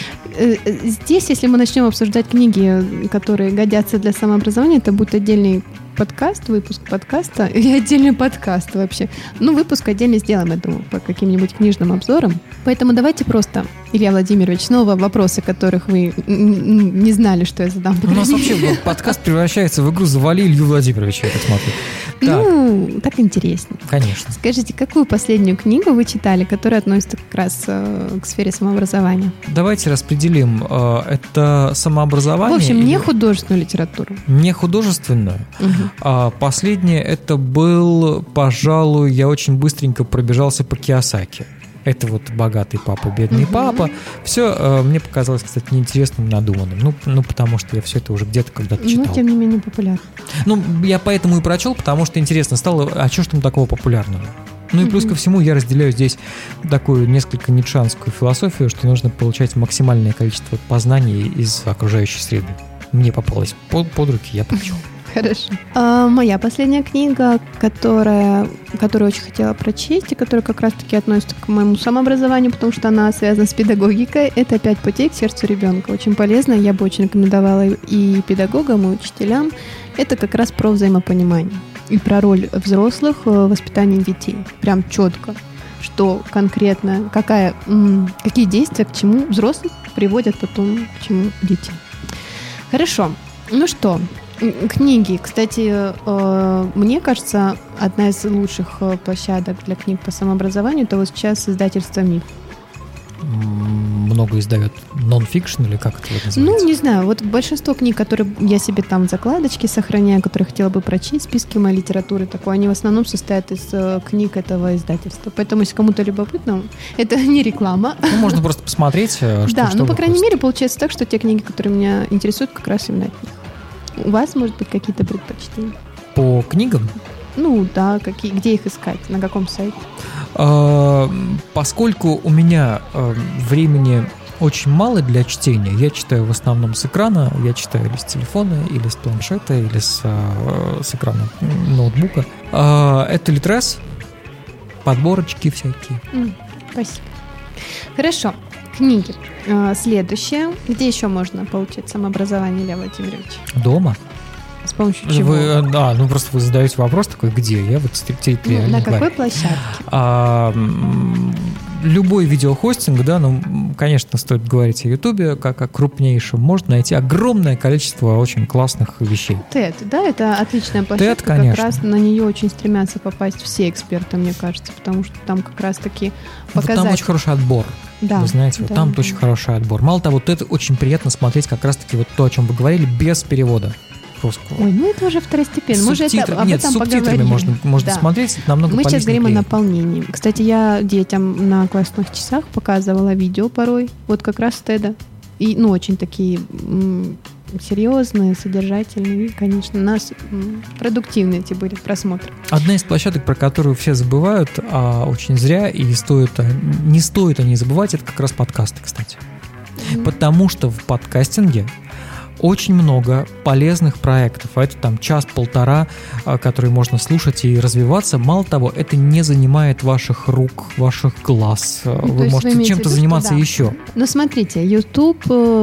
Здесь, если мы начнем обсуждать книги, которые годятся для самообразования, это будет отдельный подкаст, выпуск подкаста, и отдельный подкаст вообще. Ну, выпуск отдельно сделаем, я думаю, по каким-нибудь книжным обзорам. Поэтому давайте просто Илья Владимирович, снова вопросы, которых вы не знали, что я задам. У нас вообще подкаст превращается в игру «Завали Илью Владимировича», я так смотрю. Ну, так, так интереснее. Конечно. Скажите, какую последнюю книгу вы читали, которая относится как раз к сфере самообразования? Давайте распределим. Это самообразование? В общем, не художественную литературу. Не художественную. Угу. А последнее это был, пожалуй, я очень быстренько пробежался по Кийосаки. Это вот «Богатый папа, бедный uh-huh. папа». Все э, мне показалось, кстати, неинтересным, надуманным. Ну, ну, потому что я все это уже где-то когда-то читал. Ну, тем не менее, популярно. Ну, я поэтому и прочел, потому что интересно стало, а что ж там такого популярного? Ну и плюс uh-huh. ко всему я разделяю здесь такую несколько ницшанскую философию, что нужно получать максимальное количество познаний из окружающей среды. Мне попалось под, под руки, я прочел. Хорошо. А, моя последняя книга, которая, которую очень хотела прочесть, и которая как раз-таки относится к моему самообразованию, потому что она связана с педагогикой, это «Пять путей к сердцу ребенка». Очень полезно, я бы очень рекомендовала и педагогам, и учителям. Это как раз про взаимопонимание и про роль взрослых в воспитании детей. Прям четко, что конкретно, какая, какие действия к чему взрослых приводят потом к чему дети. Хорошо. Ну что, книги. Кстати, мне кажется, одна из лучших площадок для книг по самообразованию — это вот сейчас издательство «Миф». Много издает нон-фикшн или как это называется? Ну, не знаю. Вот большинство книг, которые я себе там в закладочке сохраняю, которые хотела бы прочесть, списки моей литературы такой, они в основном состоят из книг этого издательства. Поэтому, если кому-то любопытно, это не реклама. Ну, можно просто посмотреть, что Да, что ну, по крайней выходит. мере, получается так, что те книги, которые меня интересуют, как раз именно от них. У вас, может быть, какие-то предпочтения? По книгам? Ну, да, какие, где их искать, на каком сайте? А, поскольку у меня а, времени очень мало для чтения, я читаю в основном с экрана, я читаю или с телефона, или с планшета, или с, а, с экрана ноутбука. А, это Литрес, подборочки всякие. Mm, спасибо. Хорошо. Книги. Следующее. Где еще можно получить самообразование, Илья Владимирович? Дома. С помощью чего? Вы, а, ну просто вы задаете вопрос такой, где? Я вот территориально ну, на говорю. какой площадке? А, любой видеохостинг, да, ну, конечно, стоит говорить о Ютубе, как о крупнейшем. Можно найти огромное количество очень классных вещей. тед, да, это отличная площадка. тед, конечно. Как раз на нее очень стремятся попасть все эксперты, мне кажется, потому что там как раз-таки показать... Вот там очень хороший отбор. Да, вы знаете, да, вот там да. очень хороший отбор. Мало того, вот это очень приятно смотреть как раз-таки вот то, о чем вы говорили, без перевода русского. Ой, ну это уже второстепенно. Мы же это, об Нет, этом с субтитрами поговорим. можно, можно да. смотреть, это намного Мы полезнее. сейчас говорим о приятно. наполнении. Кстати, я детям на классных часах показывала видео порой, вот как раз с теда. И, ну, очень такие м- серьезные, содержательные. И, конечно, у нас м- продуктивные эти были просмотры. Одна из площадок, про которую все забывают, а очень зря, и стоит, не стоит о ней забывать, это как раз подкасты, кстати. Mm-hmm. Потому что в подкастинге очень много полезных проектов, а это там час-полтора, которые можно слушать и развиваться. Мало того, это не занимает ваших рук, ваших глаз. Ну, вы можете вы чем-то виду, заниматься да. еще. Но смотрите, YouTube,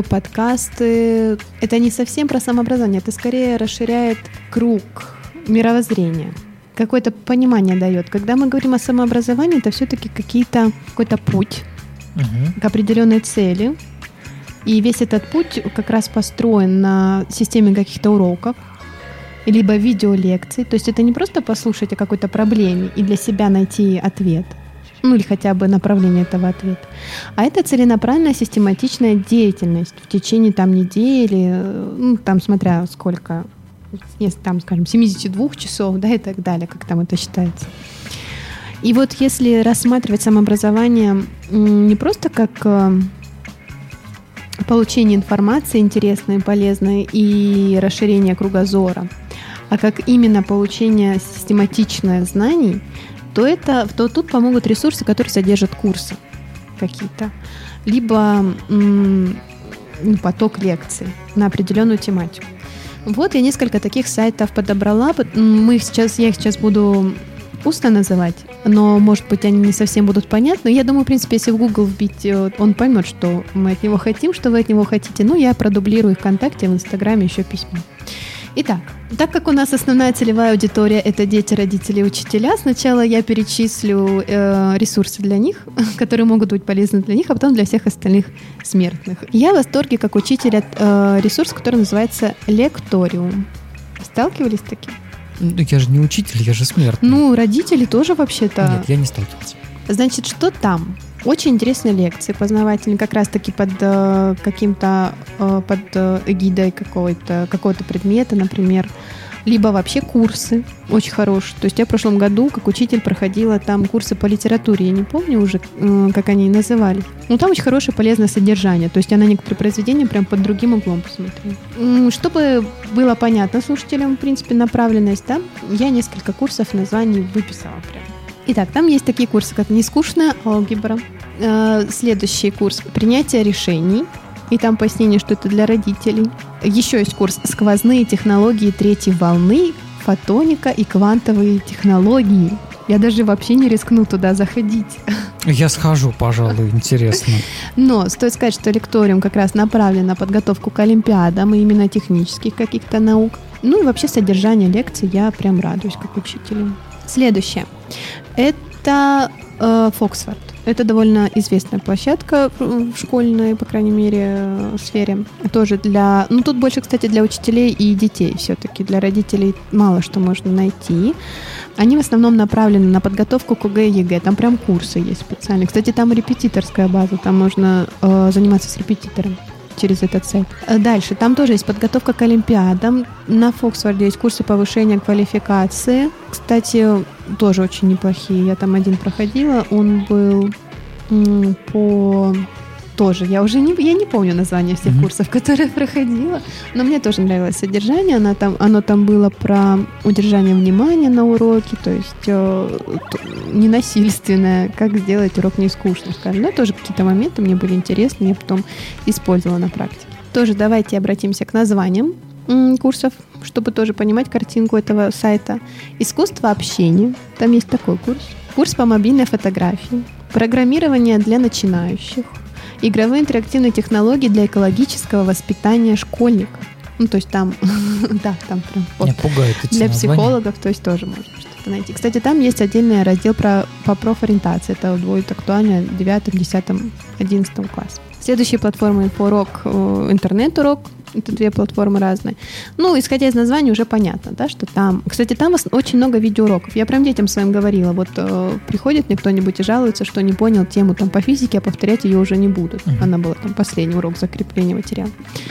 подкасты, это не совсем про самообразование, это скорее расширяет круг мировоззрения. Какое-то понимание дает. Когда мы говорим о самообразовании, это все-таки какие-то, какой-то путь угу. к определенной цели. И весь этот путь как раз построен на системе каких-то уроков, либо видеолекций. То есть это не просто послушать о какой-то проблеме и для себя найти ответ, ну или хотя бы направление этого ответа, а это целенаправленная систематичная деятельность в течение там недели, ну там смотря сколько, там, скажем, семьдесят два часов, да, и так далее, как там это считается. И вот если рассматривать самообразование не просто как получение информации интересной, полезной и расширение кругозора, а как именно получение систематичных знаний, то, это, то тут помогут ресурсы, которые содержат курсы какие-то, либо м, поток лекций на определенную тематику. Вот я несколько таких сайтов подобрала. Мы сейчас, я их сейчас буду устно называть, но, может быть, они не совсем будут понятны. Я думаю, в принципе, если в Google вбить, он поймет, что мы от него хотим, что вы от него хотите. Ну, я продублирую их ВКонтакте, в Инстаграме, еще письма. Итак, так как у нас основная целевая аудитория – это дети, родители и учителя, сначала я перечислю э, ресурсы для них, которые могут быть полезны для них, а потом для всех остальных смертных. Я в восторге как учитель от э, ресурса, который называется «Лекториум». Сталкивались с таким? Ну, я же не учитель, я же смертный. Ну, родители тоже вообще-то. Нет, я не сталкивался. Значит, что там? Очень интересные лекции, познавательные, как раз-таки под э, каким-то, э, под э, эгидой какого-то, какого-то предмета, например, либо вообще курсы очень хорошие. То есть я в прошлом году, как учитель, проходила там курсы по литературе, я не помню уже, э, как они назывались. Но там очень хорошее полезное содержание, то есть я на некоторые произведения прям под другим углом посмотрела. Чтобы было понятно слушателям, в принципе, направленность, да, я несколько курсов названий выписала прям. Итак, там есть такие курсы, как «Нескучная алгебра». Э, следующий курс «Принятие решений». И там пояснение, что это для родителей. Еще есть курс «Сквозные технологии третьей волны», «Фотоника» и «Квантовые технологии». Я даже вообще не рискну туда заходить. Я схожу, пожалуй, интересно. Но стоит сказать, что лекториум как раз направлен на подготовку к олимпиадам и именно технических каких-то наук. Ну и вообще содержание лекций я прям радуюсь как учителю. Следующее. Это э, Фоксфорд. Это довольно известная площадка в школьной, по крайней мере, сфере. Тоже для... Ну, тут больше, кстати, для учителей и детей все-таки. Для родителей мало что можно найти. Они в основном направлены на подготовку к ОГЭ и ЕГЭ. Там прям курсы есть специальные. Кстати, там репетиторская база. Там можно э, заниматься с репетитором через этот сайт. Дальше. Там тоже есть подготовка к олимпиадам. На Фоксфорде есть курсы повышения квалификации. Кстати, тоже очень неплохие. Я там один проходила. Он был м, по... Тоже. Я уже не, я не помню название всех mm-hmm. курсов, которые проходила. Но мне тоже нравилось содержание. Оно там, оно там было про удержание внимания на уроке. То есть э, ненасильственное. Как сделать урок не скучным, скажем. Но тоже какие-то моменты мне были интересны. Я потом использовала на практике. Тоже давайте обратимся к названиям м, курсов, чтобы тоже понимать картинку этого сайта. Искусство общения. Там есть такой курс. Курс по мобильной фотографии. Программирование для начинающих. Игровые интерактивные технологии для экологического воспитания школьников. Ну, то есть там, да, там прям вот, пугает эти для названия. Психологов, то есть тоже можно что-то найти. Кстати, там есть отдельный раздел про, по профориентации. Это будет актуально в девятом, десятом, одиннадцатом классе. Следующие платформы инфоурок, интернет-урок. Это две платформы разные. Ну, исходя из названия, уже понятно, да, что там... Кстати, там очень много видеоуроков. Я прям детям своим говорила. Вот э, приходит мне кто-нибудь и жалуется, что не понял тему там по физике, а повторять ее уже не будут. Uh-huh. Она была там последний урок закрепления материала.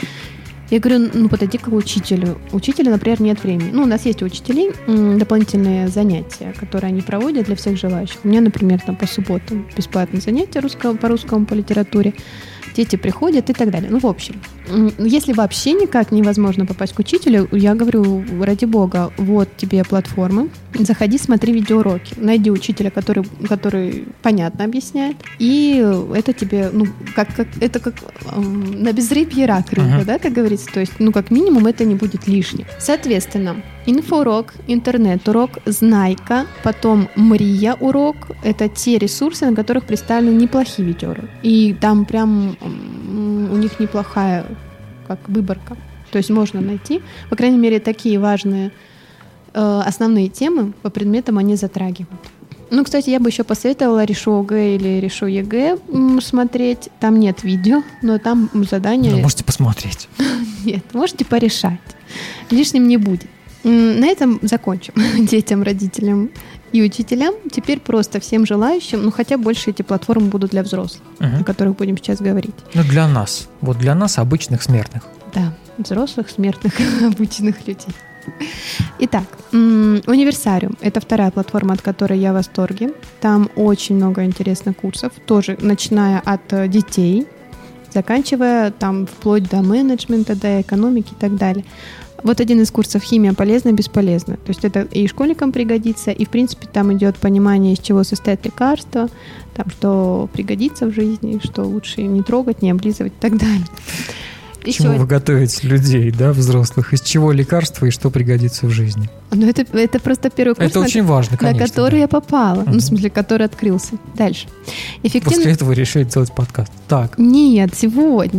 Я говорю, ну, подойди к учителю. У учителя, например, нет времени. Ну, у нас есть у учителей м, дополнительные занятия, которые они проводят для всех желающих. У меня, например, там по субботам бесплатные занятия русского, по русскому, по литературе. Дети приходят и так далее. Ну, в общем, если вообще никак невозможно попасть к учителю, я говорю, ради бога, вот тебе платформы, заходи, смотри видеоуроки, найди учителя, который, который понятно объясняет, и это тебе, ну, как, как, это как эм, на безрыбье рак рыба, uh-huh. да, как говорится, то есть, ну, как минимум, это не будет лишним. Соответственно, инфоурок, интернет-урок, знайка, потом Мрия-урок, это те ресурсы, на которых представлены неплохие видеоуроки, и там прям у них неплохая как выборка. То есть можно найти, по крайней мере, такие важные э, основные темы по предметам они затрагивают. Ну, кстати, я бы еще посоветовала Решу ОГЭ или Решу ЕГЭ смотреть. Там нет видео, но там задания... Ну, можете посмотреть. Нет, можете порешать. Лишним не будет. На этом закончим. Детям, родителям и учителям. Теперь просто всем желающим, ну хотя больше эти платформы будут для взрослых, угу. о которых будем сейчас говорить. Ну для нас. Вот для нас, обычных смертных. Да, взрослых, смертных, обычных людей. Итак, Универсариум – это вторая платформа, от которой я в восторге. Там очень много интересных курсов, тоже начиная от детей, заканчивая там вплоть до менеджмента, до экономики и так далее. Вот один из курсов «Химия полезна, бесполезна». То есть это и школьникам пригодится, и, в принципе, там идет понимание, из чего состоят лекарства, там, что пригодится в жизни, что лучше не трогать, не облизывать и так далее. К чему Еще... вы готовите людей, да, взрослых? Из чего лекарства и что пригодится в жизни? Ну, это, это просто первый курс, это очень на, важно, конечно, на который да. я попала. Угу. Ну, в смысле, который открылся. Дальше. Эффективно... После этого решили делать подкаст. Так. Нет, сегодня.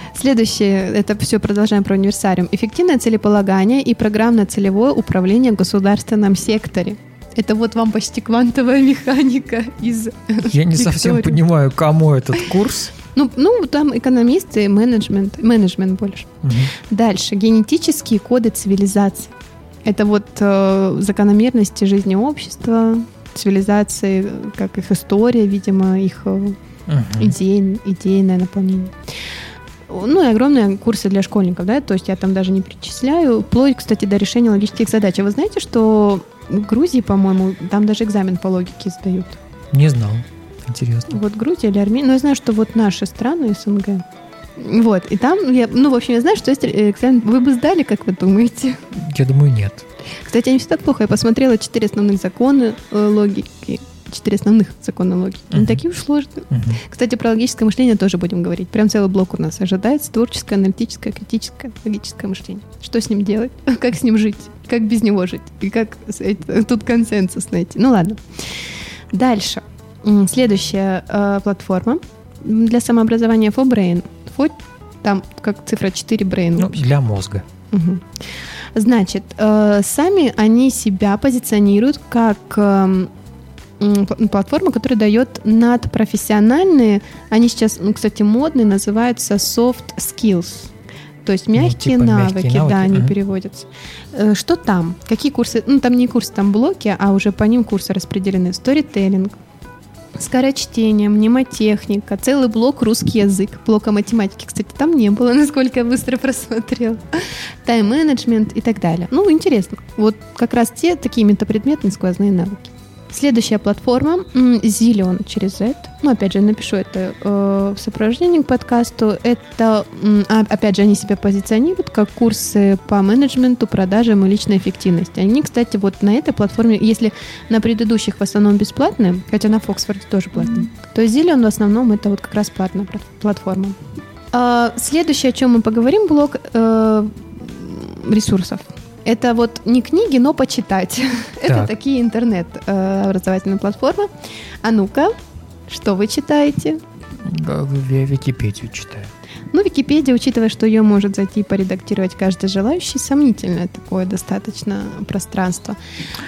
Следующее, это все продолжаем про универсариум. Эффективное целеполагание и программно-целевое управление в государственном секторе. Это вот вам почти квантовая механика из Я не совсем понимаю, кому этот курс. Ну, ну, там экономисты, менеджмент, менеджмент больше. Угу. Дальше. Генетические коды цивилизации. Это вот э, закономерности жизни общества, цивилизации, как их история, видимо, их э, угу. идей, идейное наполнение. Ну и огромные курсы для школьников, да, то есть я там даже не перечисляю, вплоть, кстати, до решения логических задач. А вы знаете, что в Грузии, по-моему, там даже экзамен по логике сдают? Не знал. Интересно. Вот Грузия или Армения, ну я знаю, что вот наши страны СНГ. Вот, и там, я, ну, в общем, я знаю, что есть экзамен. Вы бы сдали, как вы думаете? Я думаю, нет. Кстати, не все так плохо. Я посмотрела четыре основных закона логики. Четыре основных закона логики. Uh-huh. Не такие уж сложные. Uh-huh. Кстати, про логическое мышление тоже будем говорить. Прям целый блок у нас ожидается. Творческое, аналитическое, критическое, логическое мышление. Что с ним делать? Как с ним жить? Как без него жить? И как тут консенсус найти? Ну ладно. Дальше. Следующая э, платформа для самообразования FoBrain. Фо, там как цифра четыре Brain. Ну, для мозга. Угу. Значит, э, сами они себя позиционируют как э, платформа, которая дает надпрофессиональные, они сейчас, ну, кстати, модные, называются soft skills. То есть мягкие, ну, типа навыки, мягкие навыки, да, они uh-huh. переводятся. Что там? Какие курсы? Ну, там не курсы, там блоки, а уже по ним курсы распределены. Сторителлинг, скорочтение, мнемотехника, целый блок русский язык, блока математики, кстати, там не было, насколько я быстро просмотрела, тайм-менеджмент и так далее. Ну, интересно. Вот как раз те такие метапредметные сквозные навыки. Следующая платформа Zillion через Z. Ну, опять же, напишу это э, в сопровождении к подкасту. Это, э, опять же, они себя позиционируют как курсы по менеджменту, продажам и личной эффективности. Они, кстати, вот на этой платформе, если на предыдущих в основном бесплатные, хотя на Фоксфорде тоже платные, mm-hmm. то Zillion в основном это вот как раз платная платформа. А, следующее, о чем мы поговорим, блок э, ресурсов. Это вот не книги, но почитать. Это такие интернет-образовательные платформы. А ну-ка, что вы читаете? Я Википедию читаю. Ну, Википедия, учитывая, что ее может зайти и поредактировать каждый желающий, сомнительное такое достаточно пространство.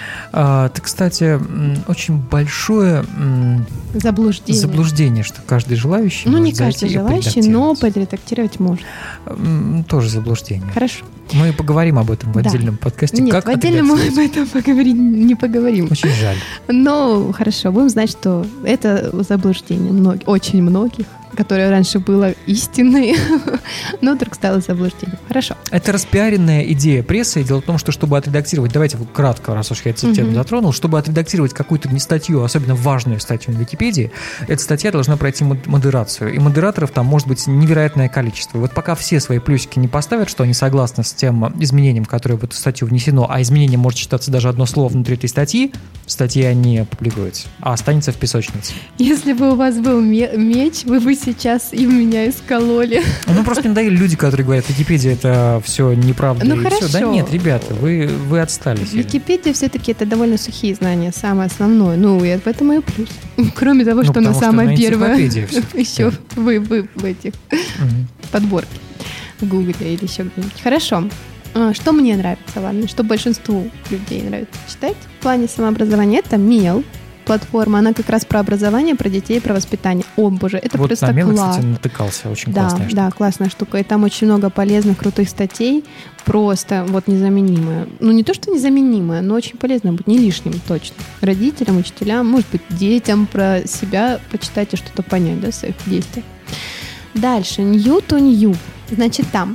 А, это, кстати, очень большое заблуждение. заблуждение, что каждый желающий ну, может не каждый желающий, но подредактировать может. Тоже заблуждение. Хорошо. Мы поговорим об этом в да. отдельном подкасте. Нет, как в отдельном мы об этом поговорить не поговорим. Очень жаль. Но хорошо, будем знать, что это заблуждение многих, очень многих, которое раньше было истиной, но вдруг стало заблуждением. Хорошо. Это распиаренная идея прессы. Дело в том, что чтобы отредактировать, давайте кратко, раз уж я эту тему uh-huh. затронул, чтобы отредактировать какую-то не статью, особенно важную статью на Википедии, эта статья должна пройти модерацию. И модераторов там может быть невероятное количество. И вот пока все свои плюсики не поставят, что они согласны с тем изменением, которое в эту статью внесено, а изменением может считаться даже одно слово внутри этой статьи, статья не публикуется, а останется в песочнице. Если бы у вас был меч, вы бы сейчас и меня искололи. Ну, просто не надоели люди, которые говорят, Википедия — это все неправда. Ну, и хорошо. Все. Да нет, ребята, вы, вы отстали. Википедия все-таки это довольно сухие знания, самое основное. Ну, и поэтому и плюс. Кроме того, ну, что она самая первая. Еще вы, вы в этих угу. подборке в Гугле или еще где-нибудь. Хорошо. Что мне нравится, ладно, что большинству людей нравится читать в плане самообразования, это Мел. Платформа, она как раз про образование, про детей, про воспитание. О, боже, это вот просто класс. Вот на Мел, кстати, натыкался, очень да, классная штука. Да, классная штука. И там очень много полезных, крутых статей, просто вот незаменимая. Ну, не то, что незаменимая, но очень полезно будет, не лишним точно. Родителям, учителям, может быть, детям про себя почитать и что-то понять, да, в своих действиях. Дальше, New to New. Значит, там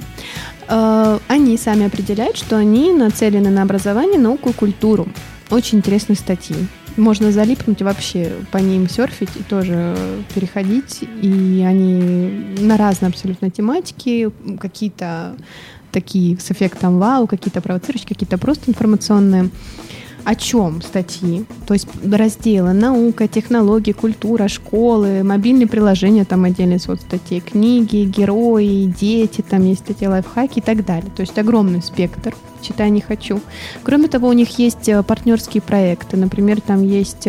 э, они сами определяют, что они нацелены на образование, науку и культуру. Очень интересные статьи. Можно залипнуть вообще, по ним серфить и тоже переходить. И они на разные абсолютно тематики, какие-то такие с эффектом вау, какие-то провоцирующие, какие-то просто информационные. О чем статьи? То есть разделы наука, технологии, культура, школы, мобильные приложения, там отдельные соцстатьи, книги, герои, дети, там есть статьи, лайфхаки и так далее. То есть огромный спектр. Читай не хочу. Кроме того, у них есть партнерские проекты. Например, там есть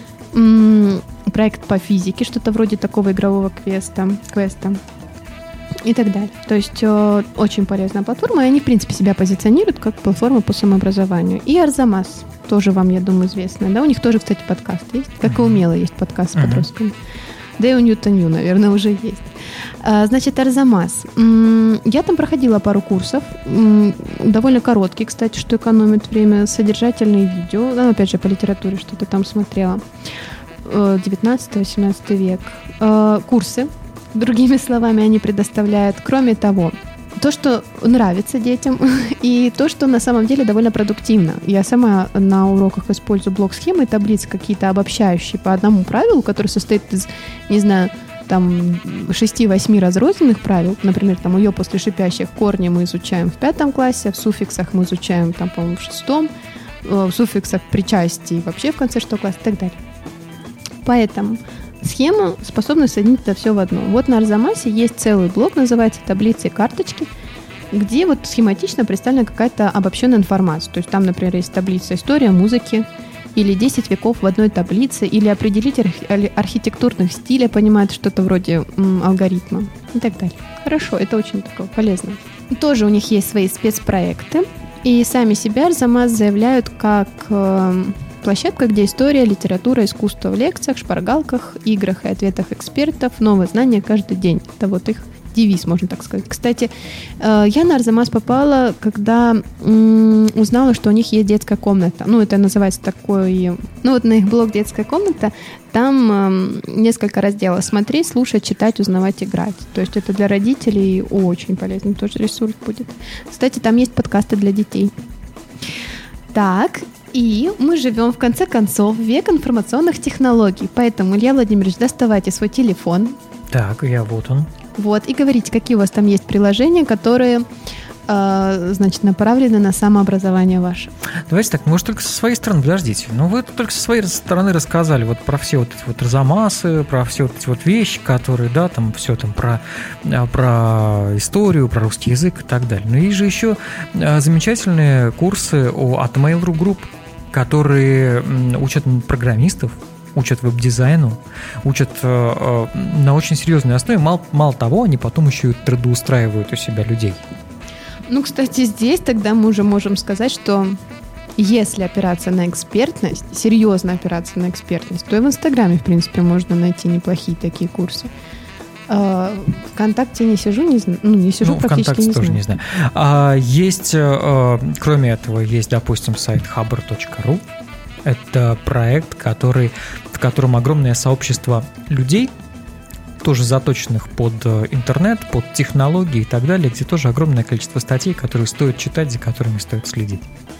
м- проект по физике, что-то вроде такого игрового квеста. квеста. и так далее. То есть э, очень полезная платформа, и они, в принципе, себя позиционируют как платформа по самообразованию. И Арзамас, тоже вам, я думаю, известно. Да? У них тоже, кстати, подкаст есть, как и у Мела есть подкаст с uh-huh. подростками. Да и у Ньютон-Ю, наверное, уже есть. А, значит, Арзамас. М- я там проходила пару курсов, м- довольно короткие, кстати, что экономит время, содержательные видео, ну, опять же, по литературе что-то там смотрела. девятнадцатый-восемнадцатый век. А, курсы, другими словами, они предоставляют. Кроме того, то, что нравится детям, и то, что на самом деле довольно продуктивно. Я сама на уроках использую блок-схемы, таблицы какие-то обобщающие по одному правилу, который состоит из, не знаю, там шести-восьми разрозненных правил. Например, там ее после шипящих корни мы изучаем в пятом классе, в суффиксах мы изучаем, там, по-моему, в шестом, в суффиксах причастий вообще в конце шестого класса и так далее. Поэтому схема способна соединить это все в одно. Вот на Арзамасе есть целый блок, называется «Таблицы и карточки», где вот схематично представлена какая-то обобщенная информация. То есть там, например, есть таблица «История музыки», или десять веков в одной таблице, или определитель архитектурных стилей, понимает что-то вроде м, алгоритма и так далее. Хорошо, это очень такое полезно. Тоже у них есть свои спецпроекты, и сами себя Арзамас заявляют как... Э, площадка, где история, литература, искусство в лекциях, шпаргалках, играх и ответах экспертов, новые знания каждый день. Это вот их девиз, можно так сказать. Кстати, я на Арзамас попала, когда узнала, что у них есть детская комната. Ну, это называется такой... Ну, вот на их блог «Детская комната» там несколько разделов. Смотреть, слушать, читать, узнавать, играть. То есть это для родителей очень полезный тоже ресурс будет. Кстати, там есть подкасты для детей. Так, и мы живем, в конце концов, в век информационных технологий. Поэтому, Илья Владимирович, доставайте свой телефон. Так, я вот он. Вот, и говорите, какие у вас там есть приложения, которые, э, значит, направлены на самообразование ваше. Давайте так, может, только со своей стороны, подождите. Ну, вы только со своей стороны рассказали вот про все вот эти вот Арзамасы, про все вот эти вот вещи, которые, да, там все там про, про историю, про русский язык и так далее. Но есть же еще замечательные курсы от Mail.ru Group, которые учат программистов, учат веб-дизайну, учат э, на очень серьезной основе. Мало, мало того, они потом еще и трудоустраивают у себя людей. Ну, кстати, здесь тогда мы уже можем сказать, что если опираться на экспертность, серьезно опираться на экспертность, то и в Инстаграме, в принципе, можно найти неплохие такие курсы. А, ВКонтакте не сижу, не знаю, ну, не сижу, ну, практически не тоже знаю. не знаю. А, есть, а, кроме этого, есть, допустим, сайт хабр точка ру. Это проект, который, в котором огромное сообщество людей, тоже заточенных под интернет, под технологии и так далее, где тоже огромное количество статей, которые стоит читать, за которыми стоит следить.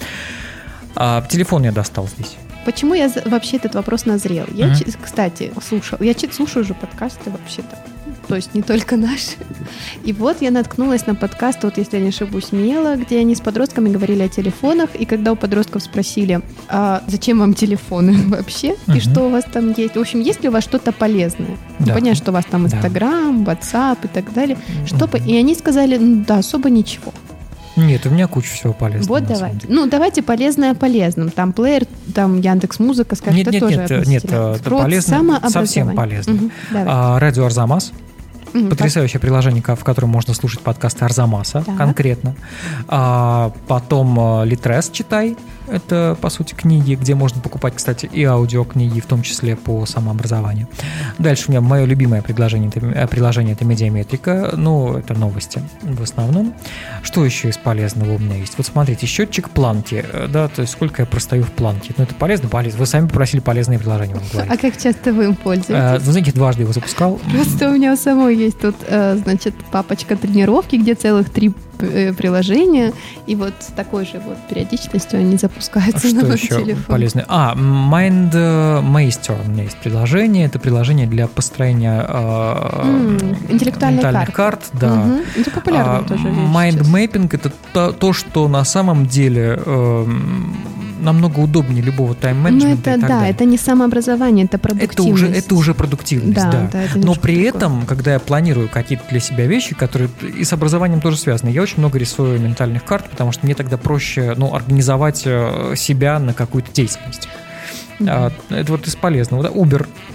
А телефон я достал здесь. Почему я вообще этот вопрос назрел? Я, Mm-hmm. кстати, слушал, я слушаю уже подкасты вообще-то, то есть не только наши. И вот я наткнулась на подкаст, вот если я не ошибусь, Мела, где они с подростками говорили о телефонах, и когда у подростков спросили, а зачем вам телефоны вообще, mm-hmm. и что у вас там есть, в общем, есть ли у вас что-то полезное? Да. Понятно, что у вас там Инстаграм, да. WhatsApp и так далее. Что mm-hmm. И они сказали, ну да, особо ничего. Нет, у меня куча всего полезного. Вот давайте. Ну, давайте полезное полезным. Там плеер, там Яндекс.Музыка, скажет, нет, это нет, тоже нет, нет, это полезно, совсем полезно. Угу, а, радио Арзамас. Угу, потрясающее так. приложение, в котором можно слушать подкасты Арзамаса, да. конкретно. А, потом Литрес читай. Это, по сути, книги, где можно покупать, кстати, и аудиокниги, в том числе по самообразованию. Дальше у меня мое любимое приложение, это, приложение это Медиаметрика. Ну, это новости в основном. Что еще из полезного у меня есть? Вот смотрите, счетчик планки. Да, то есть сколько я простою в планке. Ну, это полезно, полезно. Вы сами попросили полезные приложения вам говорить. А как часто вы им пользуетесь? А, вы знаете, дважды его запускал. Просто у меня у самой есть тут, значит, папочка тренировки, где целых три приложения, и вот с такой же вот периодичностью они запускаются а на мой телефон. Что еще полезное? А, MindMeister у меня есть приложение. Это приложение для построения э, mm, интеллектуальных карт. карт да. Угу. Это популярно а, тоже. Mindmapping — это то, то, что на самом деле э, намного удобнее любого тайм-менеджмента. Ну, это, да, далее. Это не самообразование, это продуктивность. Это уже, это уже продуктивность, да. да. да Но при такое. этом, когда я планирую какие-то для себя вещи, которые и с образованием тоже связаны, я очень много рисую ментальных карт, потому что мне тогда проще, ну, организовать себя на какую-то деятельность. Mm-hmm. Это вот из полезного. Uber.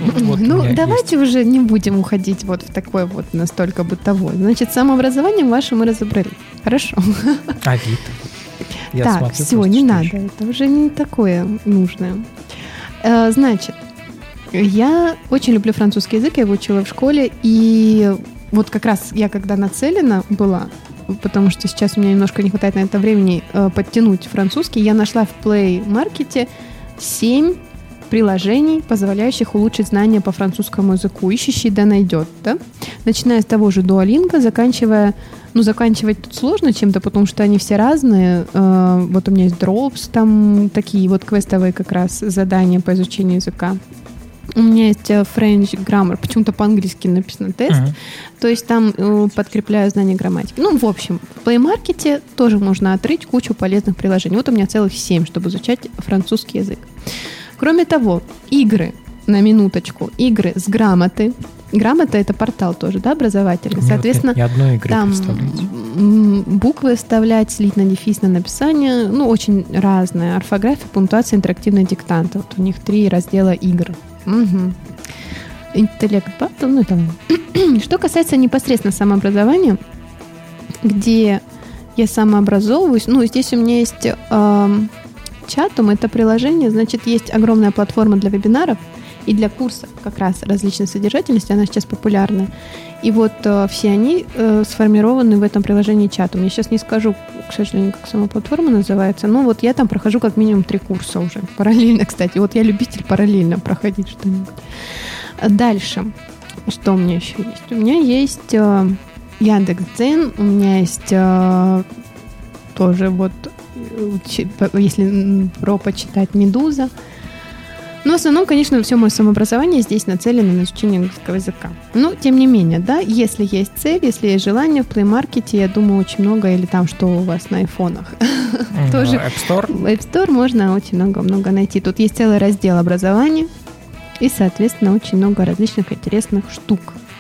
Вот ну, давайте есть. Уже не будем уходить вот в такое вот настолько бытовое. Значит, с самообразованием вашим мы разобрались. Хорошо. А вид? Я так, смотрю, все, не надо. Еще. Это уже не такое нужное. Значит, я очень люблю французский язык, я его учила в школе, и вот как раз я когда нацелена была, потому что сейчас у меня немножко не хватает на это времени подтянуть французский, я нашла в Play Market семь приложений, позволяющих улучшить знания по французскому языку. Ищущий да найдет, да? Начиная с того же Duolingo, заканчивая... Ну, заканчивать тут сложно чем-то, потому что они все разные. Uh, вот у меня есть Drops, там такие вот квестовые как раз задания по изучению языка. У меня есть French Grammar, почему-то по-английски написано тест. Uh-huh. То есть там uh, подкрепляю знания грамматики. Ну, в общем, в Play Market тоже можно отрыть кучу полезных приложений. Вот у меня целых семь, чтобы изучать французский язык. Кроме того, игры, на минуточку, игры с грамоты. Грамота — это портал тоже, да, образовательный. Нет, соответственно, нет, ни одной игры там буквы вставлять, слить на дефис, на написание, ну, очень разное. Орфография, пунктуация, интерактивный диктант. Вот у них три раздела игр. Угу. Интеллект батл, ну, это Что касается непосредственно самообразования, где я самообразовываюсь, ну, здесь у меня есть э, Чатум, это приложение, значит, есть огромная платформа для вебинаров и для курсов как раз различной содержательности, она сейчас популярна. И вот э, все они э, сформированы в этом приложении Чатум. Я сейчас не скажу, к сожалению, как сама платформа называется, но вот я там прохожу как минимум три курса уже, параллельно, кстати. Вот я любитель параллельно проходить что-нибудь. Дальше. Что у меня еще есть? У меня есть э, Яндекс.Дзен, у меня есть э, тоже вот, если про почитать, Медуза. Но в основном, конечно, все мое самообразование здесь нацелено на изучение английского языка. Но, тем не менее, да, если есть цель, если есть желание, в Play Market, я думаю, очень много, или там, что у вас на айфонах. Тоже App Store? В App Store можно очень много-много найти. Тут есть целый раздел образования и, соответственно, очень много различных интересных штук.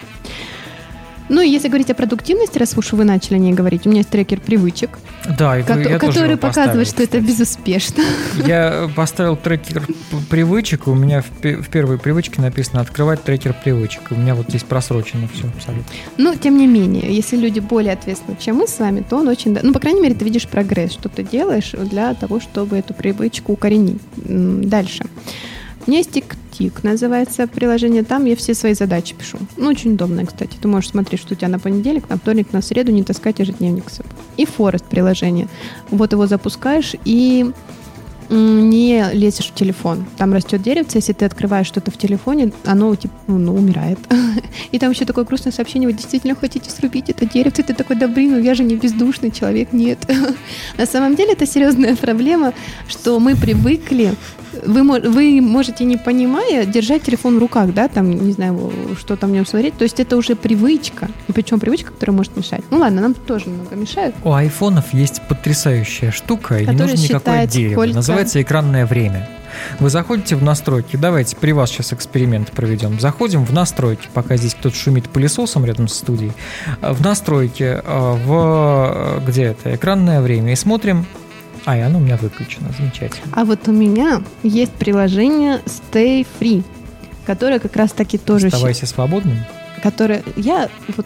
Ну, и если говорить о продуктивности, раз уж вы начали о ней говорить, у меня есть трекер привычек, да, и ко- я который показывает, что кстати. это безуспешно. Я поставил трекер привычек, у меня в, в первой привычке написано «Открывать трекер привычек». У меня вот здесь просрочено все абсолютно. Ну, тем не менее, если люди более ответственны, чем мы с вами, то он очень... Ну, по крайней мере, ты видишь прогресс, что ты делаешь для того, чтобы эту привычку укоренить. Дальше. У меня есть Тик-Тик, называется приложение. Там я все свои задачи пишу. Ну, очень удобно, кстати. Ты можешь смотреть, что у тебя на понедельник, на вторник, на среду, не таскать ежедневник с собой. И Forest приложение. Вот его запускаешь и не лезешь в телефон. Там растет деревце, если ты открываешь что-то в телефоне, оно типа, ну, умирает. И там еще такое грустное сообщение: вы действительно хотите срубить это деревце? Ты такой: да блин, ну я же не бездушный человек. Нет. На самом деле это серьезная проблема, что мы привыкли. Вы, вы можете, не понимая, держать телефон в руках, да, там, не знаю, что там в нем смотреть. То есть это уже привычка. И причем привычка, которая может мешать. Ну ладно, нам тоже много мешает. У айфонов есть потрясающая штука, и не нужно никакое дерево. Сколько... Называется экранное время. Вы заходите в настройки. Давайте при вас сейчас эксперимент проведем. Заходим в настройки, пока здесь кто-то шумит пылесосом рядом с студией. В настройки, в где это? Экранное время. И смотрим. А, и оно у меня выключено. Замечательно. А вот у меня есть приложение Stay Free, которое как раз таки тоже... Оставайся свободным? Которое... Я вот...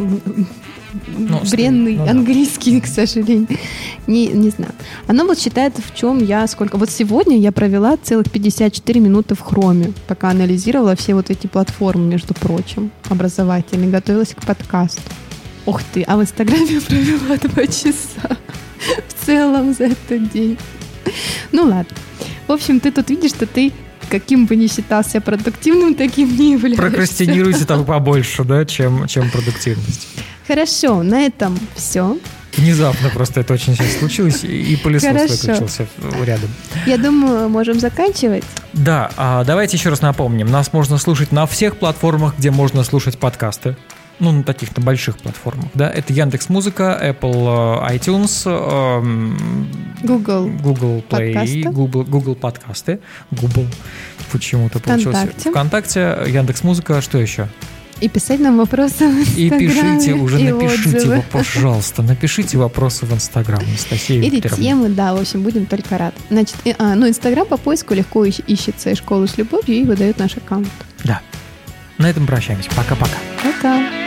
Ну, бренный ну, английский, да. к сожалению. Не, не знаю. Оно вот считает, в чем я сколько... Вот сегодня я провела целых пятьдесят четыре минуты в Хроме, пока анализировала все вот эти платформы, между прочим, образовательные, готовилась к подкасту. Ух ты, а в Инстаграме провела два часа. В целом за этот день. Ну ладно. В общем, ты тут видишь, что ты, каким бы ни считался продуктивным, таким не являешься. Прокрастинируйте там побольше, да, чем, чем продуктивность. Хорошо, на этом все. Внезапно просто это очень сейчас случилось, и пылесос выключился рядом. Я думаю, можем заканчивать. Да, а давайте еще раз напомним. Нас можно слушать на всех платформах, где можно слушать подкасты. Ну, на таких-то больших платформах, да. Это Яндекс.Музыка, Apple iTunes, Google, Google Play, подкасты. Google, Google подкасты, Google почему-то ВКонтакте. получилось. ВКонтакте, Яндекс.Музыка, что еще? И писать нам вопросы в Инстаграме. И пишите, уже и напишите отзывы. его, пожалуйста. Напишите вопросы в Инстаграм, Анастасия Или Викторовна. темы, да, в общем, будем только рады. Значит, и- а, ну, Инстаграм по поиску легко ищ- ищется и «Школу с любовью» и выдает наш аккаунт. Да. На этом прощаемся. Пока-пока. Пока.